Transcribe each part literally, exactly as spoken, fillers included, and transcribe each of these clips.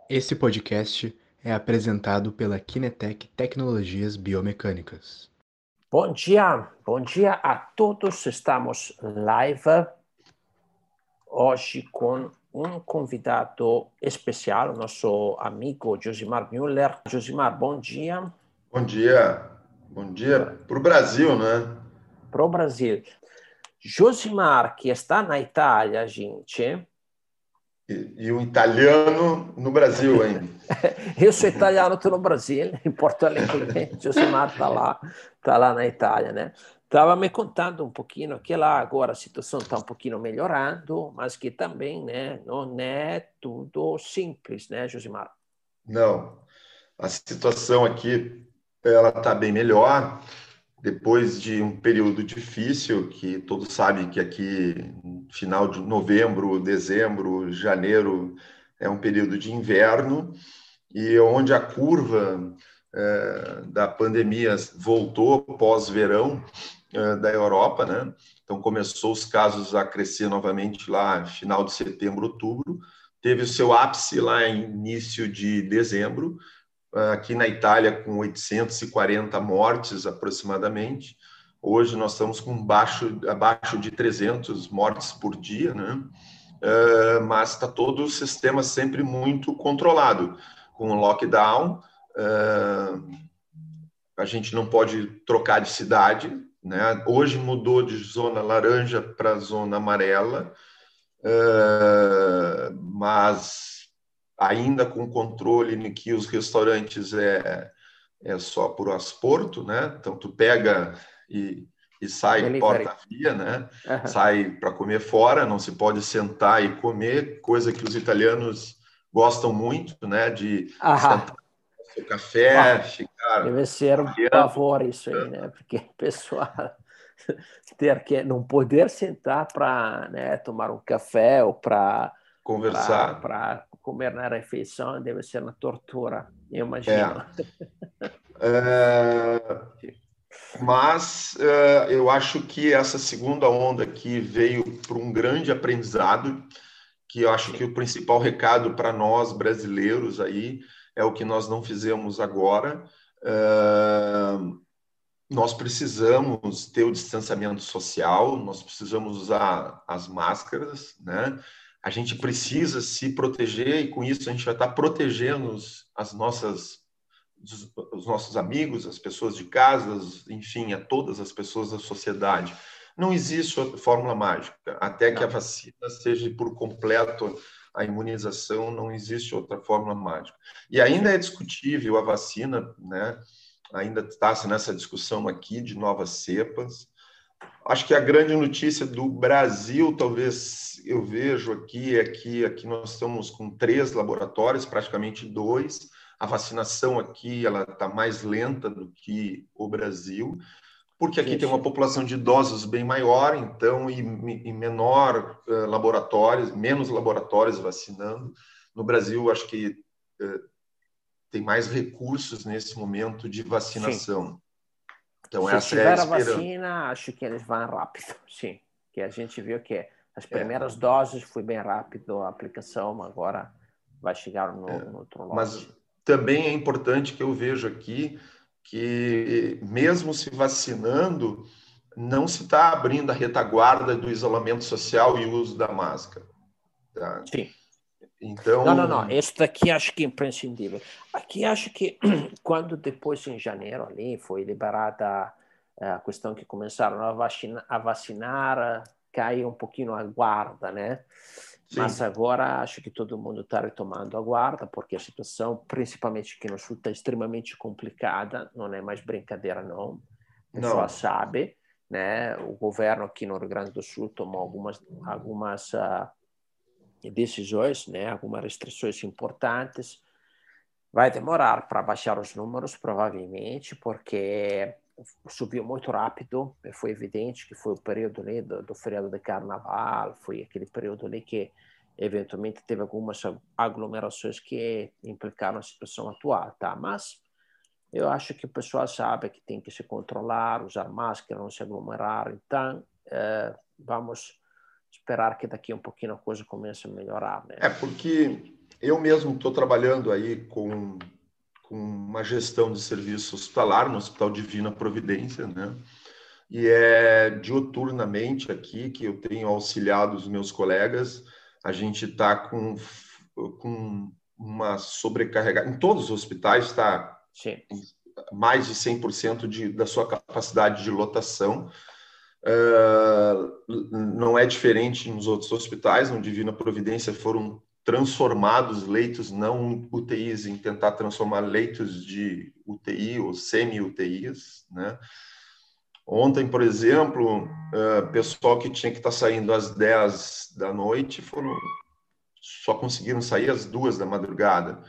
Esse podcast é apresentado pela Kinetec Tecnologias Biomecânicas. Bom dia, bom dia a todos. Estamos live hoje com um convidado especial, nosso amigo Josimar Müller. Josimar, bom dia. Bom dia. Bom dia para o Brasil, né? Para o Brasil. Josimar, que está na Itália, gente. E, e um italiano no Brasil ainda. Eu sou italiano, estou no Brasil, em Porto Alegre. Josimar está lá, está lá na Itália, né? Estava me contando um pouquinho que lá agora a situação está um pouquinho melhorando, mas que também, né, não é tudo simples, né, Josimar? Não, a situação aqui ela está bem melhor depois de um período difícil que todos sabem que aqui final de novembro, dezembro, janeiro é um período de inverno e onde a curva é, da pandemia voltou pós-verão é, da Europa, né? Então começou os casos a crescer novamente lá final de setembro, outubro, teve o seu ápice lá em início de dezembro, aqui na Itália com oitocentas e quarenta mortes aproximadamente. Hoje nós estamos com baixo, abaixo de trezentas mortes por dia, né? Uh, mas está todo o sistema sempre muito controlado, com o lockdown. Uh, a gente não pode trocar de cidade, né? Hoje mudou de zona laranja para zona amarela, uh, mas ainda com controle em que os restaurantes é, é só por asporto, né? Então tu pega e e sai porta-via, né? Uhum. Sai para comer fora, não se pode sentar e comer, coisa que os italianos gostam muito, né? De Aham. sentar no seu café, ah, ficar... Deve ser um pavor isso aí, né? Porque o pessoal ter que não poder sentar para, né, tomar um café ou para conversar, para comer na refeição deve ser uma tortura, eu imagino. É. É... Mas uh, eu acho que essa segunda onda aqui veio para um grande aprendizado, que eu acho que o principal recado para nós brasileiros aí é o que nós não fizemos agora. Uh, nós precisamos ter o distanciamento social, nós precisamos usar as máscaras, né? A gente precisa se proteger e com isso a gente vai estar protegendo as nossas os nossos amigos, as pessoas de casa, enfim, a todas as pessoas da sociedade. Não existe outra fórmula mágica. Até que a vacina seja por completo a imunização, não existe outra fórmula mágica. E ainda é discutível a vacina, né? Ainda está nessa discussão aqui de novas cepas. Acho que a grande notícia do Brasil, talvez eu vejo aqui, é que aqui nós estamos com três laboratórios, praticamente dois. A vacinação aqui ela está mais lenta do que o Brasil, porque aqui sim, tem uma sim. população de idosos bem maior, então, e, e menor uh, laboratórios, menos laboratórios vacinando. No Brasil, acho que uh, tem mais recursos nesse momento de vacinação. Sim. Então, se essa tiver é a a esperança. vacina, acho que eles vão rápido, sim. Que a gente viu que as primeiras é. doses foi bem rápido a aplicação, agora vai chegar no, é. no outro lote. Mas também é importante que eu vejo aqui que, mesmo se vacinando, não se está abrindo a retaguarda do isolamento social e uso da máscara. Tá? Sim. Então... Não, não, não. Isso daqui acho que é imprescindível. Aqui acho que quando depois, em janeiro, ali, foi liberada a questão que começaram a vacinar, a vacinar caiu um pouquinho a guarda, né? Sim. Mas agora acho que todo mundo está retomando a guarda, porque a situação, principalmente aqui no Sul, está extremamente complicada, não é mais brincadeira, não. O pessoal não. sabe, né? O governo aqui no Rio Grande do Sul tomou algumas, algumas uh, decisões, né? Algumas restrições importantes. Vai demorar para baixar os números, provavelmente, porque subiu muito rápido. Foi evidente que foi o período ali do, do feriado de carnaval, foi aquele período ali que eventualmente teve algumas aglomerações que implicaram a situação atual, tá? Mas eu acho que o pessoal sabe que tem que se controlar, usar máscara, não se aglomerar. Então, eh, vamos esperar que daqui a um pouquinho a coisa comece a melhorar, né? É, porque Eu mesmo estou trabalhando aí com, com uma gestão de serviço hospitalar no Hospital Divina Providência, né? E é diuturnamente aqui que eu tenho auxiliado os meus colegas. A gente está com, com uma sobrecarregada. Em todos os hospitais está mais de cem por cento de, da sua capacidade de lotação. Uh, não é diferente nos outros hospitais. No Divina Providência foram transformados leitos não U T Is em tentar transformar leitos de U T I ou semi-U T Is, né? Ontem, por exemplo, uh, pessoal que tinha que estar saindo às dez da noite foram, só conseguiram sair às duas da madrugada.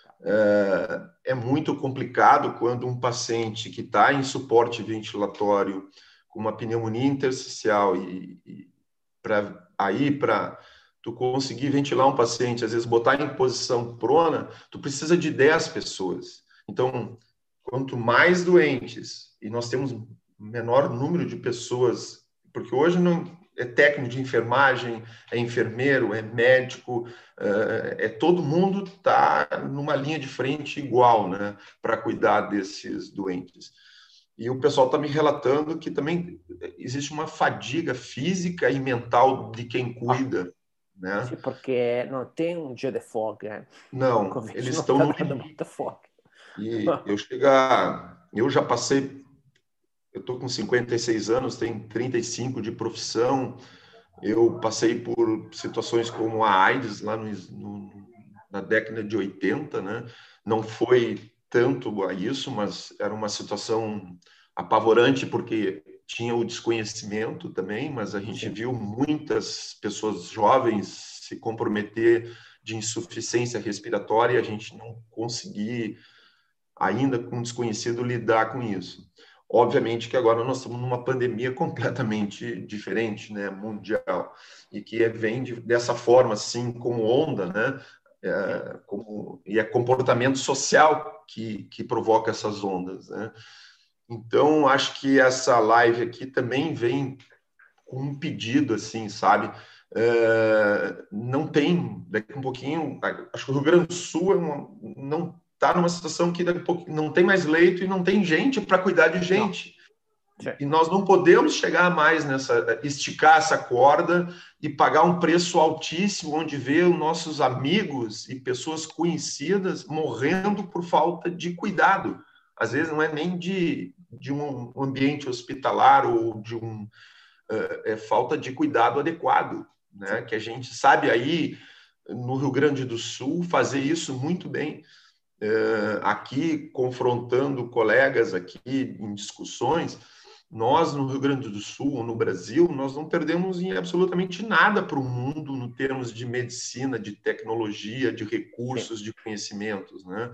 Uh, é muito complicado quando um paciente que está em suporte ventilatório com uma pneumonia intersticial e, e para aí para tu conseguir ventilar um paciente, às vezes botar em posição prona, tu precisa de dez pessoas. Então, quanto mais doentes, e nós temos menor número de pessoas, porque hoje não é técnico de enfermagem, é enfermeiro, é médico, é todo mundo está numa linha de frente igual, né, para cuidar desses doentes. E o pessoal está me relatando que também existe uma fadiga física e mental de quem cuida, né? Sim, porque não tem um dia de folga. Não, eles estão no muita folga. E eu chegar, eu já passei. Eu estou com cinquenta e seis anos, tenho trinta e cinco de profissão. Eu passei por situações como a AIDS lá no, no, na década de oitenta, né? Não foi tanto a isso, mas era uma situação apavorante porque tinha o desconhecimento também, mas a gente Sim. viu muitas pessoas jovens se comprometer de insuficiência respiratória e a gente não conseguir, ainda com desconhecido, lidar com isso. Obviamente que agora nós estamos numa pandemia completamente diferente, né, mundial, e que vem de, dessa forma, assim, como onda, né, é, como, e é comportamento social que, que provoca essas ondas, né. Então, acho que essa live aqui também vem com um pedido, assim, sabe, é, não tem, daqui a um pouquinho, acho que o Rio Grande do Sul é uma, não está numa situação que daqui a pouco não tem mais leito e não tem gente para cuidar de gente. E nós não podemos chegar mais nessa, esticar essa corda e pagar um preço altíssimo, onde vê os nossos amigos e pessoas conhecidas morrendo por falta de cuidado. Às vezes não é nem de, de um ambiente hospitalar ou de um é, é falta de cuidado adequado, né? Que a gente sabe aí no Rio Grande do Sul fazer isso muito bem. Uh, aqui, confrontando colegas aqui em discussões, nós no Rio Grande do Sul, ou no Brasil, nós não perdemos em absolutamente nada para o mundo no termos de medicina, de tecnologia, de recursos, Sim. de conhecimentos, né?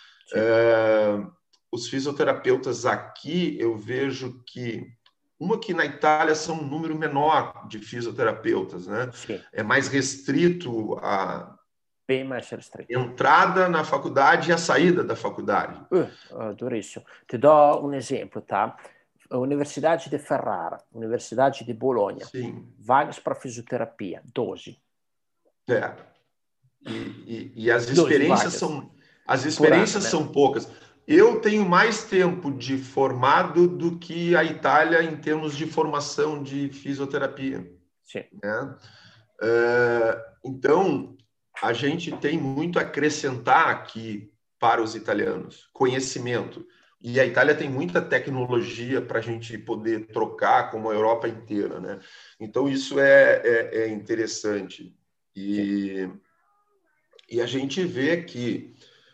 Uh, os fisioterapeutas aqui, eu vejo que uma que na Itália são um número menor de fisioterapeutas, né? Sim. É mais restrito a bem mais restrito. Entrada na faculdade e a saída da faculdade. Uh, durissimo. Ti do um exemplo, tá? Universidade de Ferrara, Universidade de Bolonha. Sim. Vagas para fisioterapia, doze. É. E, e, e as experiências são as experiências ano, são né? poucas. Eu tenho mais tempo de formado do que a Itália em termos de formação de fisioterapia. Sim. Né? Uh, então, a gente tem muito a acrescentar aqui para os italianos, conhecimento. E a Itália tem muita tecnologia para a gente poder trocar, como a Europa inteira, né? Então, isso é, é, é interessante. E, e a gente vê que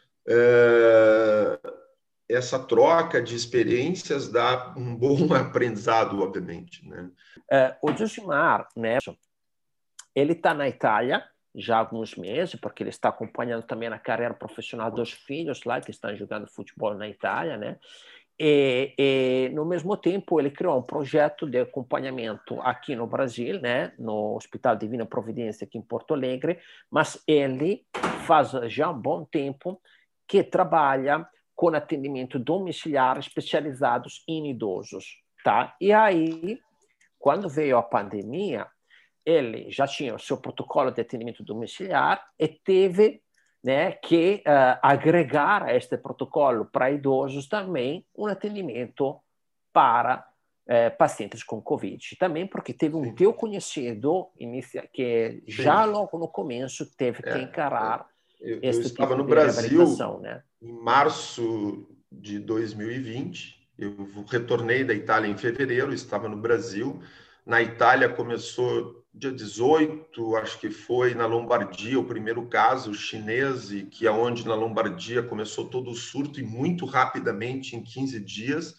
é, essa troca de experiências dá um bom aprendizado, obviamente, né? É, o Josimar, né, ele está na Itália já há alguns meses, porque ele está acompanhando também a carreira profissional dos filhos lá, que estão jogando futebol na Itália, né? E, e, no mesmo tempo, ele criou um projeto de acompanhamento aqui no Brasil, né? No Hospital Divina Providência, aqui em Porto Alegre, mas ele faz já um bom tempo que trabalha com atendimento domiciliar especializados em idosos, tá? E aí, quando veio a pandemia, ele já tinha o seu protocolo de atendimento domiciliar e teve né, que uh, agregar a este protocolo para idosos também um atendimento para uh, pacientes com Covid. Também porque teve um Sim. teu conhecido inicia, que já Sim. logo no começo teve é, que encarar é. eu, este eu estava tipo no de Brasil né? em março de dois mil e vinte. Eu retornei da Itália em fevereiro, estava no Brasil. Na Itália começou dia dezoito, acho que foi na Lombardia o primeiro caso chinês, e que é onde na Lombardia começou todo o surto e muito rapidamente, em quinze dias.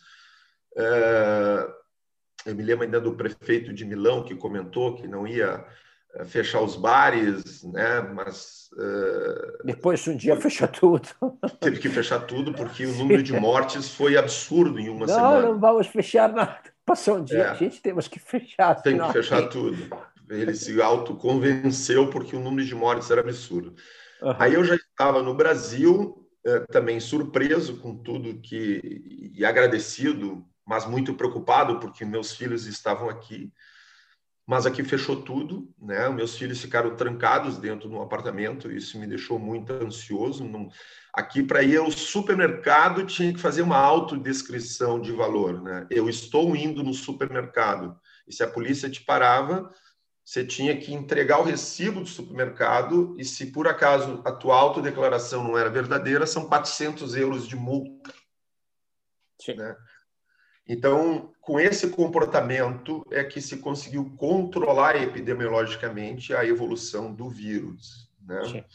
Eu me lembro ainda do prefeito de Milão que comentou que não ia fechar os bares, né? Mas depois um dia fechou tudo. Teve que fechar tudo porque o número de mortes foi absurdo em uma não, semana. Não, vamos fechar nada. Passou um dia, é. gente, temos que fechar. Tem que fechar aqui. tudo. Ele se autoconvenceu porque o número de mortes era absurdo. Uhum. Aí eu já estava no Brasil, também surpreso com tudo que e agradecido, mas muito preocupado porque meus filhos estavam aqui. Mas aqui fechou tudo, né? Meus filhos ficaram trancados dentro de um apartamento, isso me deixou muito ansioso. Não... Aqui, para ir ao supermercado, tinha que fazer uma autodescrição de valor, né? Eu estou indo no supermercado. E se a polícia te parava, você tinha que entregar o recibo do supermercado, e se por acaso a tua autodeclaração não era verdadeira, são quatrocentos euros de multa. Sim. Né? Então, com esse comportamento é que se conseguiu controlar epidemiologicamente a evolução do vírus. Né?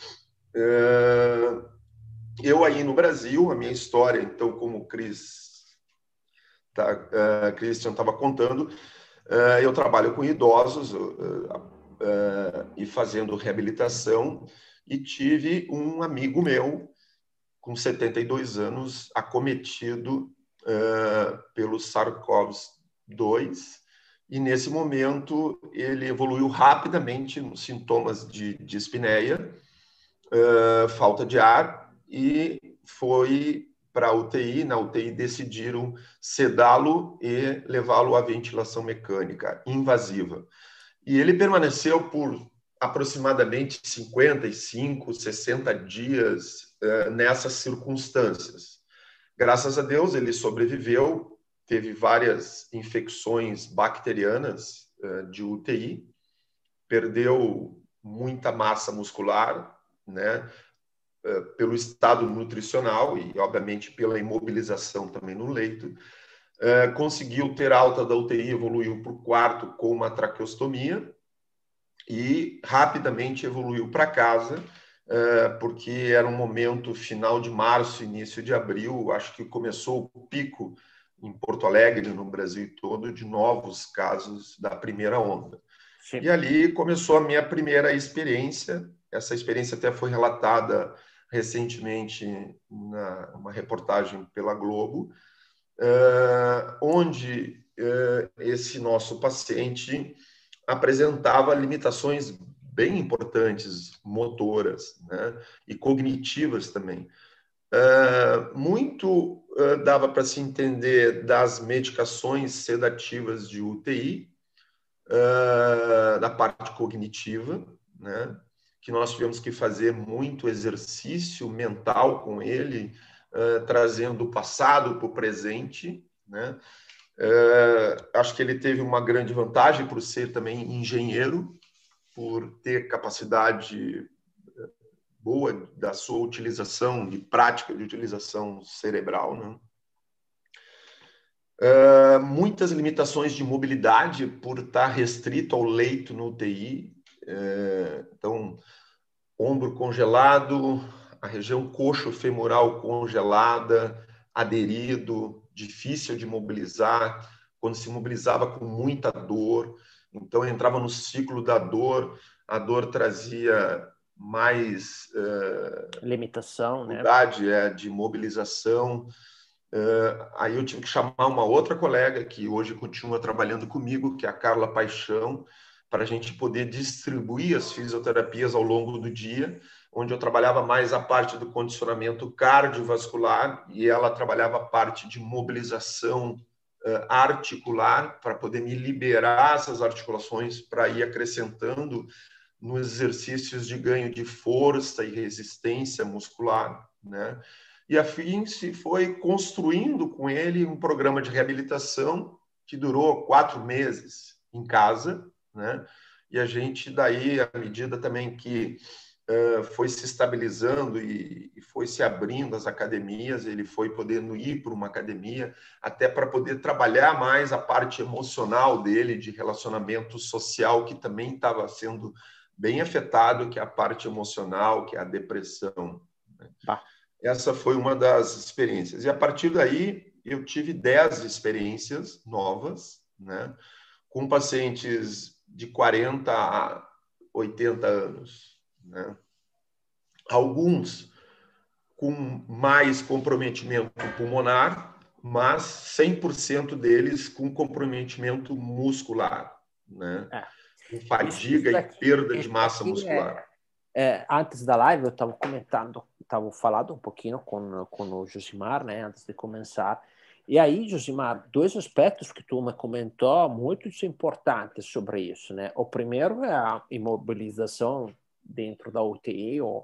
Eu aí no Brasil, a minha história, então, como o Chris, tá, uh, Christian estava contando, uh, eu trabalho com idosos uh, uh, e fazendo reabilitação, e tive um amigo meu com setenta e dois anos acometido Uh, pelo SARS-CoV dois, e nesse momento ele evoluiu rapidamente nos sintomas de dispneia, uh, falta de ar, e foi para a U T I. Na U T I decidiram sedá-lo e levá-lo à ventilação mecânica invasiva. E ele permaneceu por aproximadamente cinquenta e cinco, sessenta dias uh, nessas circunstâncias. Graças a Deus, ele sobreviveu, teve várias infecções bacterianas uh, de U T I, perdeu muita massa muscular, né, uh, pelo estado nutricional e, obviamente, pela imobilização também no leito. Uh, conseguiu ter alta da U T I, evoluiu para o quarto com uma traqueostomia e rapidamente evoluiu para casa, porque era um momento final de março, início de abril, acho que começou o pico em Porto Alegre, no Brasil todo, de novos casos da primeira onda. Sim. E ali começou a minha primeira experiência. Essa experiência até foi relatada recentemente na uma reportagem pela Globo, onde esse nosso paciente apresentava limitações bem importantes, motoras, né, e cognitivas também. Uh, muito uh, dava para se entender das medicações sedativas de U T I, uh, da parte cognitiva, né, que nós tivemos que fazer muito exercício mental com ele, trazendo o passado para o presente, né. Acho que ele teve uma grande vantagem por ser também engenheiro, por ter capacidade boa da sua utilização, de prática de utilização cerebral, né? Uh, muitas limitações de mobilidade por estar restrito ao leito no U T I. Uh, então, ombro congelado, a região coxo-femoral congelada, aderido, difícil de mobilizar, quando se mobilizava com muita dor. Então, entrava no ciclo da dor, a dor trazia mais uh, limitação, dificuldade, né? é, de mobilização. Uh, aí eu tive que chamar uma outra colega, que hoje continua trabalhando comigo, que é a Carla Paixão, para a gente poder distribuir as fisioterapias ao longo do dia, onde eu trabalhava mais a parte do condicionamento cardiovascular e ela trabalhava a parte de mobilização articular, para poder me liberar essas articulações para ir acrescentando nos exercícios de ganho de força e resistência muscular, né? E assim se foi construindo com ele um programa de reabilitação que durou quatro meses em casa, né? E a gente daí, à medida também que uh, foi se estabilizando e, e foi se abrindo as academias, ele foi podendo ir para uma academia até para poder trabalhar mais a parte emocional dele, de relacionamento social, que também estava sendo bem afetado, que é a parte emocional, que é a depressão. Né? Bah. Essa foi uma das experiências. E a partir daí, eu tive dez experiências novas, né? Com pacientes de quarenta a oitenta anos, né? Alguns com mais comprometimento pulmonar, mas cem por cento deles com comprometimento muscular, né? É. Com Isso, isso fadiga e daqui, perda de isso massa daqui muscular. é, é, antes da live eu estava comentando, estava falando um pouquinho com, com o Josimar, né, antes de começar. E aí, Josimar, dois aspectos que tu me comentou muito importantes sobre isso, né? O primeiro é a imobilização dentro da U T I ou,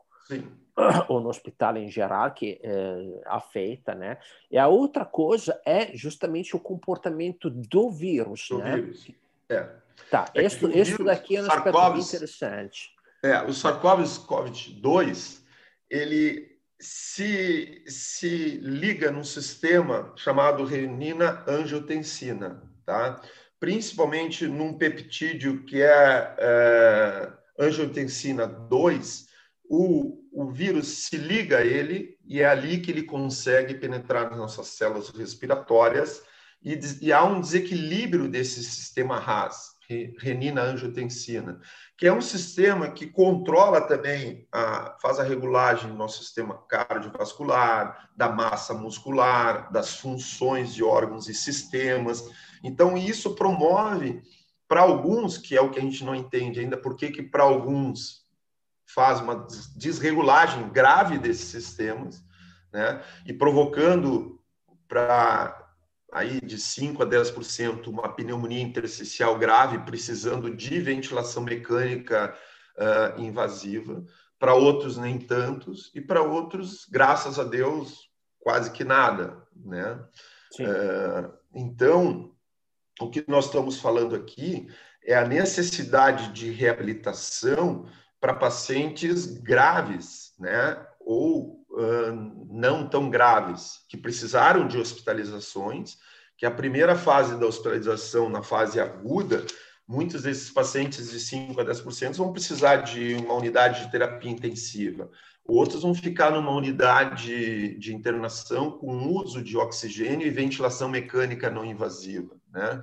ou no hospital em geral, que é afeta, né? E a outra coisa é justamente o comportamento do vírus, Do né? vírus. É. Tá, É isso, que o isso vírus, daqui é um aspecto bem SARS-CoV, interessante. é, o SARS-CoV dois, ele se, se liga num sistema chamado renina-angiotensina, tá? Principalmente num peptídeo que é, é angiotensina dois, o, o vírus se liga a ele e é ali que ele consegue penetrar nas nossas células respiratórias e, e há um desequilíbrio desse sistema R A S, renina-angiotensina, que é um sistema que controla também, a, faz a regulagem do nosso sistema cardiovascular, da massa muscular, das funções de órgãos e sistemas. Então, isso promove, para alguns, que é o que a gente não entende ainda, por que para alguns faz uma desregulagem grave desses sistemas, né? E provocando para aí de cinco a dez por cento uma pneumonia intersticial grave, precisando de ventilação mecânica uh, invasiva, para outros nem tantos, e para outros, graças a Deus, quase que nada, né? Uh, então, o que nós estamos falando aqui é a necessidade de reabilitação para pacientes graves, né? Ou uh, não tão graves, que precisaram de hospitalizações, que a primeira fase da hospitalização, na fase aguda, muitos desses pacientes de cinco a dez por cento vão precisar de uma unidade de terapia intensiva. Outros vão ficar numa unidade de internação com uso de oxigênio e ventilação mecânica não invasiva, né?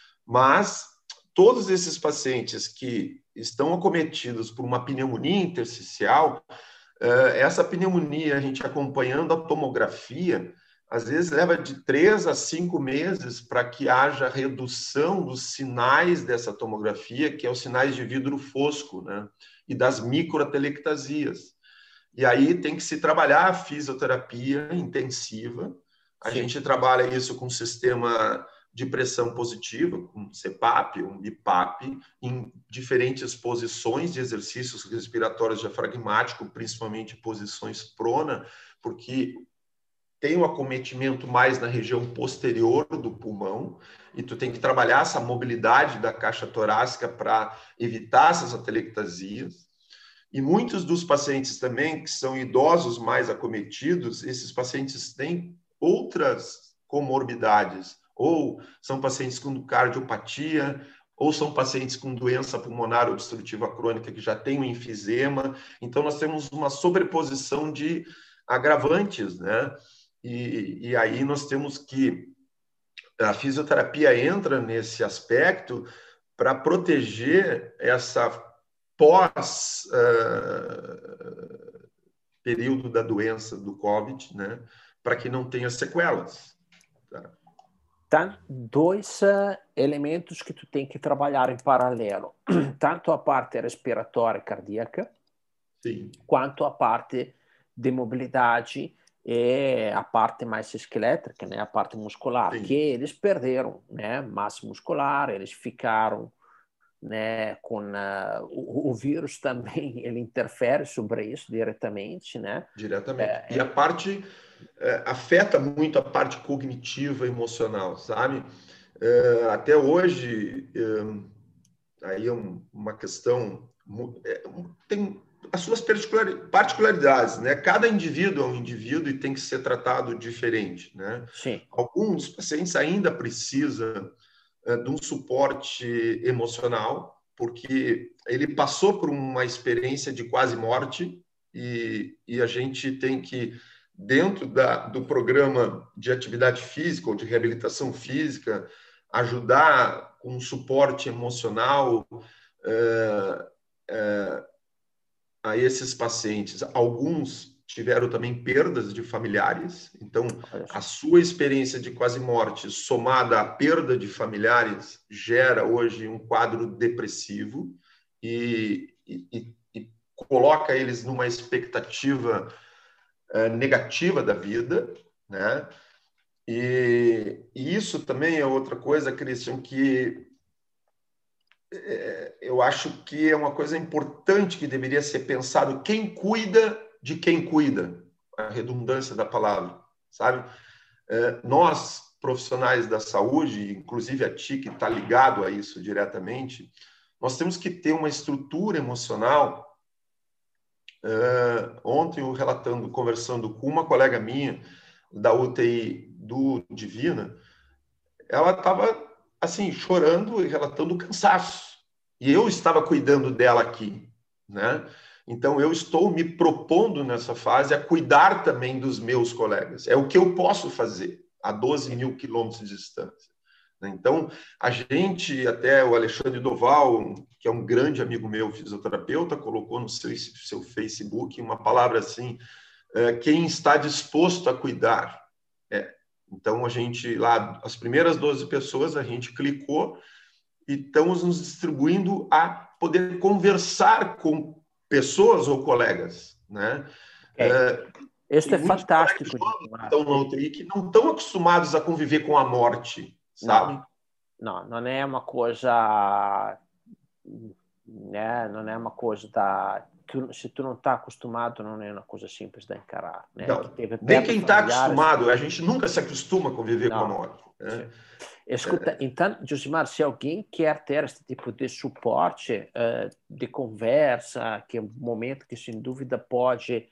Mas todos esses pacientes que estão acometidos por uma pneumonia intersticial, essa pneumonia, a gente acompanhando a tomografia, às vezes leva de três a cinco meses para que haja redução dos sinais dessa tomografia, que é os sinais de vidro fosco, né? E das microatelectasias. E aí tem que se trabalhar a fisioterapia intensiva. A Sim. gente trabalha isso com sistema de pressão positiva, com C PAP, um B PAP, em diferentes posições de exercícios respiratórios diafragmáticos, principalmente posições prona, porque tem um acometimento mais na região posterior do pulmão, e tu tem que trabalhar essa mobilidade da caixa torácica para evitar essas atelectasias. E muitos dos pacientes também, que são idosos mais acometidos, esses pacientes têm outras comorbidades, ou são pacientes com cardiopatia, ou são pacientes com doença pulmonar obstrutiva crônica que já tem um enfisema. Então, nós temos uma sobreposição de agravantes, né? E, e aí nós temos que... A fisioterapia entra nesse aspecto para proteger essa pós uh, período da doença do COVID, né, para que não tenha sequelas. Tá? Tá, dois uh, elementos que tu tem que trabalhar em paralelo, tanto a parte respiratória cardíaca, Sim. quanto a parte de mobilidade e a parte mais esquelética, né, a parte muscular, Sim. que eles perderam, né, massa muscular, eles ficaram né? Com uh, o, o vírus também ele interfere sobre isso diretamente, né? Diretamente. É, e a parte é, afeta muito a parte cognitiva, emocional, sabe? É, até hoje, é, aí é um, uma questão é, tem as suas particularidades, né? Cada indivíduo é um indivíduo e tem que ser tratado diferente, né? Sim. Alguns pacientes ainda precisam é, de um suporte emocional, porque ele passou por uma experiência de quase morte e, e a gente tem que, dentro da, do programa de atividade física ou de reabilitação física, ajudar com um suporte emocional é, é, a esses pacientes. Alguns tiveram também perdas de familiares, então a sua experiência de quase morte somada à perda de familiares gera hoje um quadro depressivo e, e, e coloca eles numa expectativa uh, negativa da vida, né? E, e isso também é outra coisa, Christian, que eu acho que é uma coisa importante que deveria ser pensado quem cuida de quem cuida, a redundância da palavra, sabe? Nós, profissionais da saúde, inclusive a ti que está ligado a isso diretamente, nós temos que ter uma estrutura emocional. Ontem eu relatando, conversando com uma colega minha da U T I do Divina, ela estava assim chorando e relatando cansaço. E eu estava cuidando dela aqui, né? Então, eu estou me propondo nessa fase a cuidar também dos meus colegas. É o que eu posso fazer a doze mil quilômetros de distância. Então, a gente, até o Alexandre Doval, que é um grande amigo meu, fisioterapeuta, colocou no seu, seu Facebook uma palavra assim, quem está disposto a cuidar. É. Então, a gente, lá, as primeiras doze pessoas, a gente clicou e estamos nos distribuindo a poder conversar com pessoas ou colegas, né? Okay. É, Isso é fantástico. Estão na U T I que não estão acostumados a conviver com a morte, sabe? Não, não, não é uma coisa, né? Não é uma coisa da tu, se tu não está acostumado, não é uma coisa simples de encarar, né? Não, que nem quem está acostumado, a gente nunca se acostuma a conviver não. com a morte. Né? Escuta, é. Então, Josimar, se alguém quer ter esse tipo de suporte, uh, de conversa, que é um momento que sem dúvida pode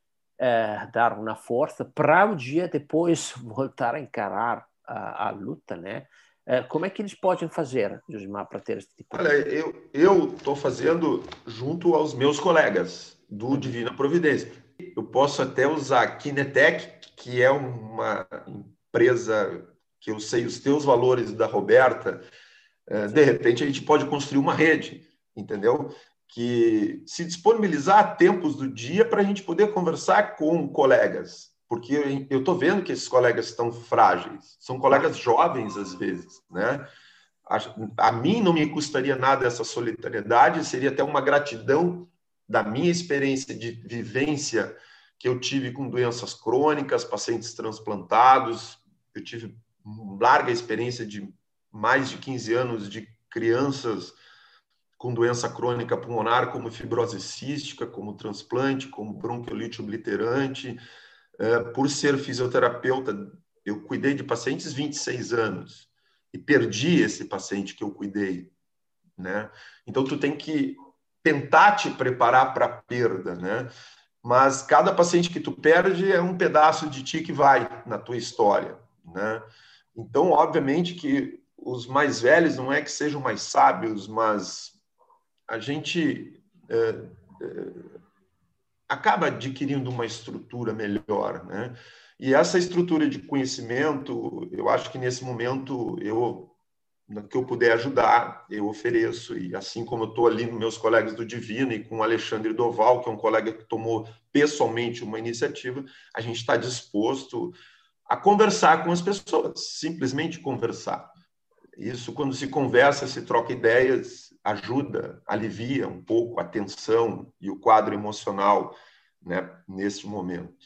uh, dar uma força para o dia depois voltar a encarar a, a luta, né? Uh, como é que eles podem fazer, Josimar, para ter esse tipo Olha, de... eu eu estou fazendo junto aos meus colegas do uhum. Divina Providência. Eu posso até usar a Kinetec, que é uma empresa que eu sei os teus valores da Roberta, de repente a gente pode construir uma rede, entendeu? Que se disponibilizar tempos do dia para a gente poder conversar com colegas, porque eu estou vendo que esses colegas estão frágeis, são colegas jovens às vezes, né? A, a mim não me custaria nada essa solidariedade, seria até uma gratidão da minha experiência de vivência que eu tive com doenças crônicas, pacientes transplantados, eu tive larga experiência de mais de quinze anos de crianças com doença crônica pulmonar, como fibrose cística, como transplante, como bronquiolite obliterante. Por ser fisioterapeuta, eu cuidei de pacientes vinte e seis anos e perdi esse paciente que eu cuidei, né? Então, tu tem que tentar te preparar para a perda, né? Mas cada paciente que tu perde é um pedaço de ti que vai na tua história, né? Então, obviamente que os mais velhos não é que sejam mais sábios, mas a gente é, é, acaba adquirindo uma estrutura melhor, né? E essa estrutura de conhecimento, eu acho que nesse momento, eu, no que eu puder ajudar, eu ofereço. E assim como eu estou ali nos meus colegas do Divino e com o Alexandre Doval, que é um colega que tomou pessoalmente uma iniciativa, a gente está disposto a conversar com as pessoas, simplesmente conversar. Isso, quando se conversa, se troca ideias, ajuda, alivia um pouco a tensão e o quadro emocional, né, nesse momento.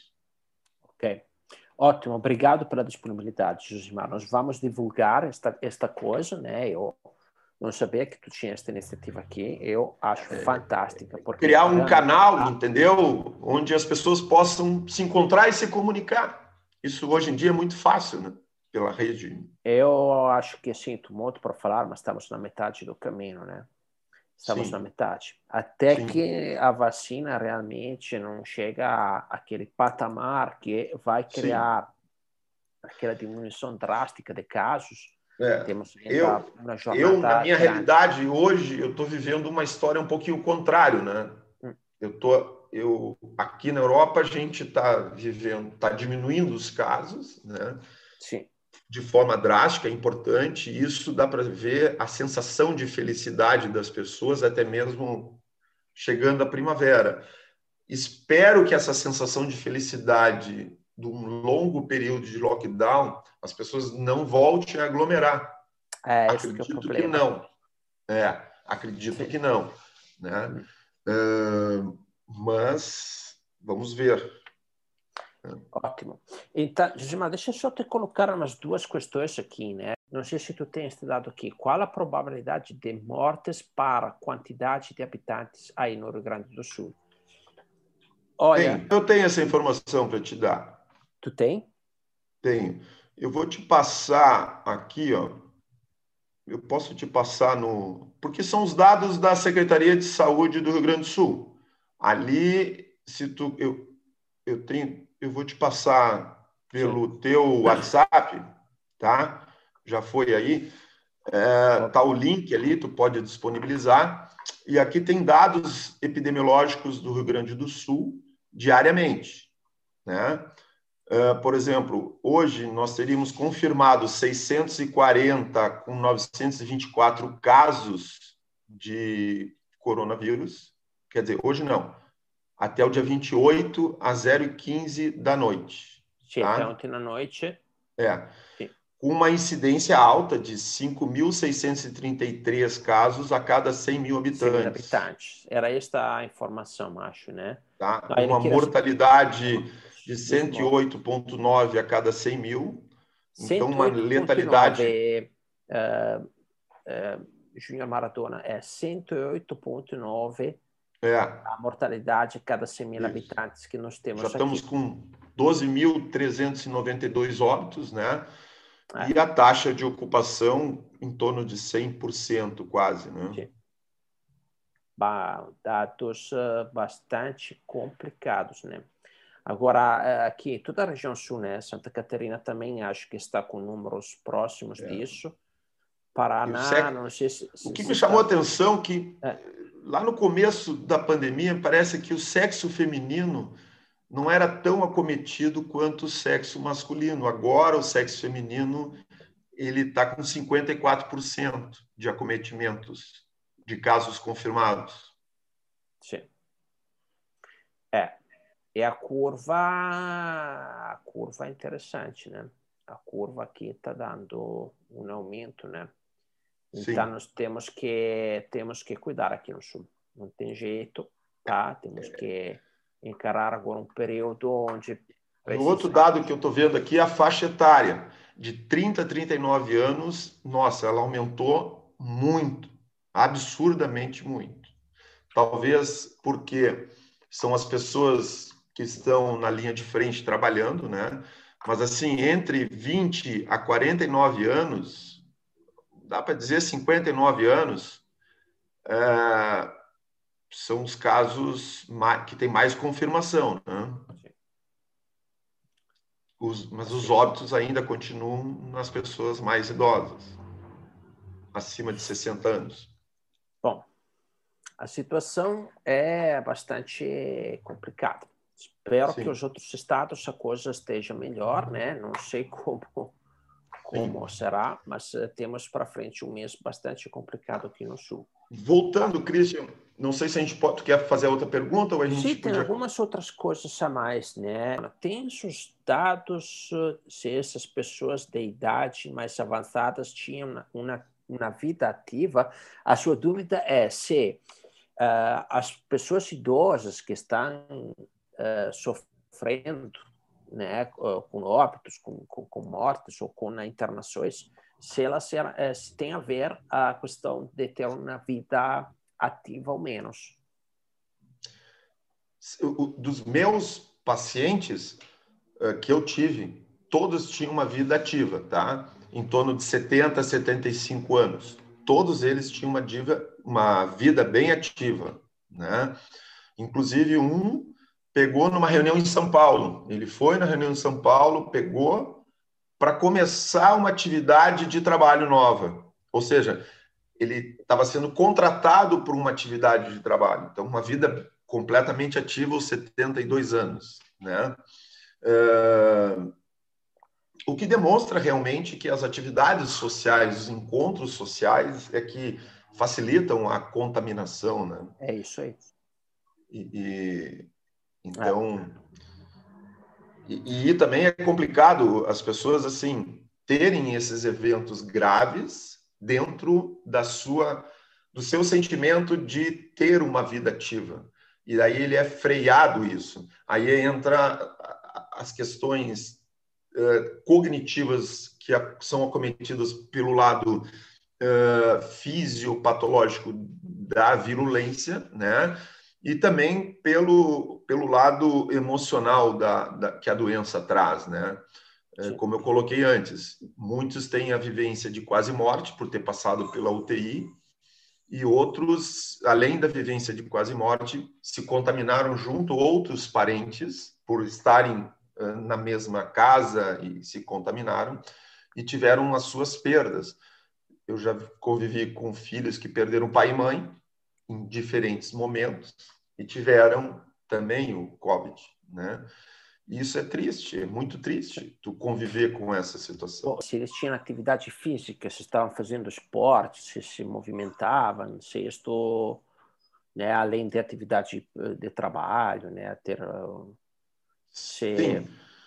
Ok. Ótimo, obrigado pela disponibilidade, Josimar. Nós vamos divulgar esta, esta coisa, né? Eu Não sabia que tu tinha essa iniciativa aqui. Eu acho fantástica. Porque criar um canal, ah, entendeu? Onde as pessoas possam se encontrar e se comunicar. Isso hoje em dia é muito fácil, né? Pela rede. eu acho que sinto muito para falar, mas estamos na metade do caminho, né? Estamos Sim. na metade. Até Sim. que a vacina realmente não chega àquele patamar que vai criar Sim. aquela diminuição drástica de casos. É. Temos ainda eu, uma jornada eu, na minha grande. realidade, hoje, eu estou vivendo uma história um pouquinho contrário, né? Hum. Eu tô, eu, aqui na Europa, a gente está vivendo, está diminuindo os casos, né? Sim. De forma drástica, é importante. Isso dá para ver a sensação de felicidade das pessoas, até mesmo chegando à primavera. Espero que essa sensação de felicidade de um longo período de lockdown, as pessoas não voltem a aglomerar. É, acredito que, é o que não. É, acredito Sim. que não. Né? Hum. Uh, mas vamos ver. Ótimo. Então, Josimar, deixa eu só te colocar umas duas questões aqui, né? Não sei se tu tens estudado aqui. Qual a probabilidade de mortes para a quantidade de habitantes aí no Rio Grande do Sul? Olha, tem, eu tenho essa informação para te dar. Tu tem? Tenho. Eu vou te passar aqui, ó. Eu posso te passar no... Porque são os dados da Secretaria de Saúde do Rio Grande do Sul. Ali, se tu... Eu, eu tenho... Eu vou te passar pelo Sim. teu WhatsApp, tá? Já foi aí. É, tá o link ali, tu pode disponibilizar. E aqui tem dados epidemiológicos do Rio Grande do Sul diariamente, né? Uh, por exemplo, hoje nós teríamos confirmado seiscentos e quarenta com novecentos e vinte e quatro casos de coronavírus. Quer dizer, hoje não. Até o dia vinte e oito, às zero e quinze da noite. Sim, tá? até ontem na noite. É. Sim. Com uma incidência alta de cinco mil seiscentos e trinta e três casos a cada cem mil habitantes. cem mil habitantes. Era esta a informação, acho, né? Tá? Não, uma mortalidade de cento e oito vírgula nove a cada cem mil. Então, uma letalidade... Uh, uh, Júnior Maratona é cento e oito vírgula nove é. a mortalidade a cada cem mil Isso. habitantes que nós temos Já aqui. estamos com doze mil trezentos e noventa e dois óbitos, né? É. E a taxa de ocupação em torno de cem por cento quase, né? Sim. Bah, dados uh, bastante complicados, né? Agora, aqui, toda a região sul, né? Santa Catarina também acho que está com números próximos é. disso. Paraná, sexo, não sei se... se o que se me chamou a está... atenção é que, é. lá no começo da pandemia, parece que o sexo feminino não era tão acometido quanto o sexo masculino. Agora, o sexo feminino ele está com cinquenta e quatro por cento de acometimentos de casos confirmados. Sim. É. E a curva, a curva é interessante, né? A curva aqui está dando um aumento, né? Então, Sim. nós temos que, temos que cuidar aqui no sul. Não tem jeito, tá? Temos que encarar agora um período onde... O outro dado que eu estou vendo aqui é a faixa etária. De trinta a trinta e nove anos, nossa, ela aumentou muito, absurdamente muito. Talvez porque são as pessoas que estão na linha de frente trabalhando, né? Mas, assim, entre vinte a quarenta e nove anos, dá para dizer cinquenta e nove anos, é, são os casos que têm mais confirmação, né? Os, mas os óbitos ainda continuam nas pessoas mais idosas, acima de sessenta anos. Bom, a situação é bastante complicada. Espero Sim. que os outros estados a coisa esteja melhor, né? Não sei como, como será, mas temos para frente um mês bastante complicado aqui no sul. Voltando, Christian, não sei se a gente pode, tu quer fazer outra pergunta ou a gente Sim, podia... tem algumas outras coisas a mais, né? Tem os dados se essas pessoas de idade mais avançadas tinham uma, uma vida ativa. A sua dúvida é se uh, as pessoas idosas que estão uh, sofrendo, né, com óbitos, com, com, com mortes ou com internações, se ela se, é, se tem a ver a questão de ter uma vida ativa ou menos. Dos meus pacientes uh, que eu tive, todos tinham uma vida ativa, tá? Em torno de setenta, setenta e cinco anos. Todos eles tinham uma, diva, uma vida bem ativa, né? Inclusive, um pegou numa reunião em São Paulo. Ele foi na reunião em São Paulo, pegou para começar uma atividade de trabalho nova. Ou seja, ele estava sendo contratado por uma atividade de trabalho. Então, uma vida completamente ativa aos setenta e dois anos, né? Uh, o que demonstra realmente que as atividades sociais, os encontros sociais, é que facilitam a contaminação, né? É isso aí. E, e então, é. e, e também é complicado as pessoas assim terem esses eventos graves dentro da sua, do seu sentimento de ter uma vida ativa. E aí ele é freado isso. Aí entra as questões uh, cognitivas que são acometidas pelo lado uh, fisiopatológico da virulência, né? E também pelo, pelo lado emocional da, da, que a doença traz, né? Uh, como eu coloquei antes, muitos têm a vivência de quase morte por ter passado pela U T I, e outros, além da vivência de quase morte, se contaminaram junto outros parentes por estarem uh, na mesma casa e se contaminaram e tiveram as suas perdas. Eu já convivi com filhos que perderam pai e mãe em diferentes momentos e tiveram também o COVID, né? E isso é triste, é muito triste tu conviver com essa situação. Se eles tinham atividade física, se estavam fazendo esporte, se se movimentavam, se isto, né, além de atividade de trabalho, né, ter se... Sim.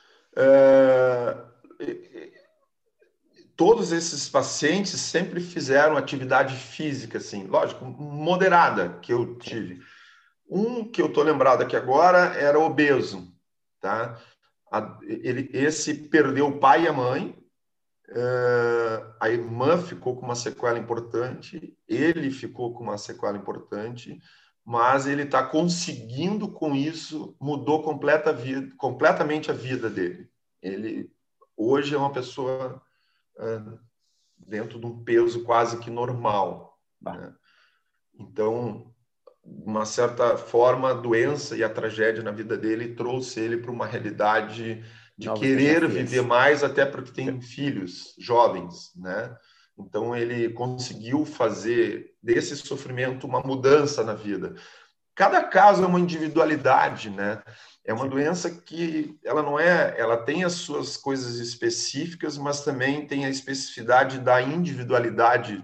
Uh, todos esses pacientes sempre fizeram atividade física, assim, lógico, moderada, que eu tive. Um que eu estou lembrado aqui agora era obeso, tá? Ele, esse perdeu o pai e a mãe, uh, a irmã ficou com uma sequela importante, ele ficou com uma sequela importante, mas ele está conseguindo com isso, mudou completa vida, completamente a vida dele. Ele hoje é uma pessoa uh, dentro de um peso quase que normal, né? Então, uma certa forma, a doença e a tragédia na vida dele trouxe ele para uma realidade de Novos querer desafios. viver mais, até porque tem filhos jovens, né? Então, ele conseguiu fazer desse sofrimento uma mudança na vida. Cada caso é uma individualidade, né? É uma doença que ela não é, ela tem as suas coisas específicas, mas também tem a especificidade da individualidade.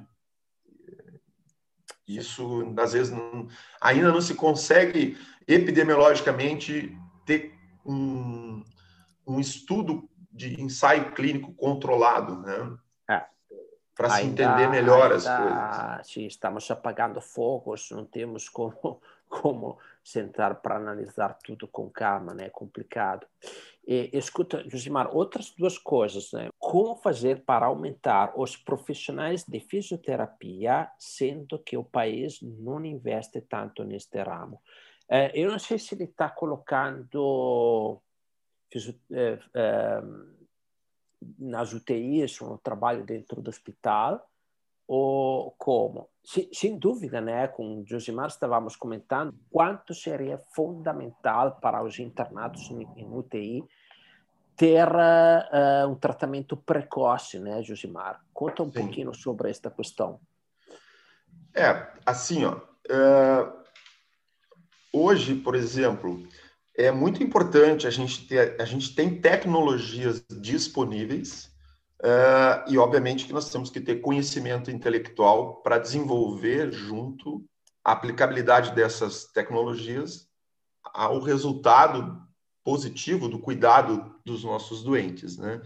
Isso, às vezes, não, ainda não se consegue epidemiologicamente ter um, um estudo de ensaio clínico controlado, né? É. Para se entender melhor ainda, as coisas. Sim, estamos apagando fogos, não temos como, como sentar para analisar tudo com calma, né? É complicado. E, escuta, Josimar, outras duas coisas, né? Como fazer para aumentar os profissionais de fisioterapia, sendo que o país não investe tanto neste ramo? É, eu não sei se ele está colocando fisio, é, é, nas U T Is, no trabalho dentro do hospital, ou como? Sem, sem dúvida, né? Com o Josimar estávamos comentando quanto seria fundamental para os internados em, em U T I ter uh, um tratamento precoce, né, Josimar? Conta um Sim. pouquinho sobre esta questão. É, assim, ó, uh, hoje, por exemplo, é muito importante a gente ter, a gente tem tecnologias disponíveis uh, e, obviamente, que nós temos que ter conhecimento intelectual para desenvolver junto a aplicabilidade dessas tecnologias ao resultado positivo do cuidado dos nossos doentes, né?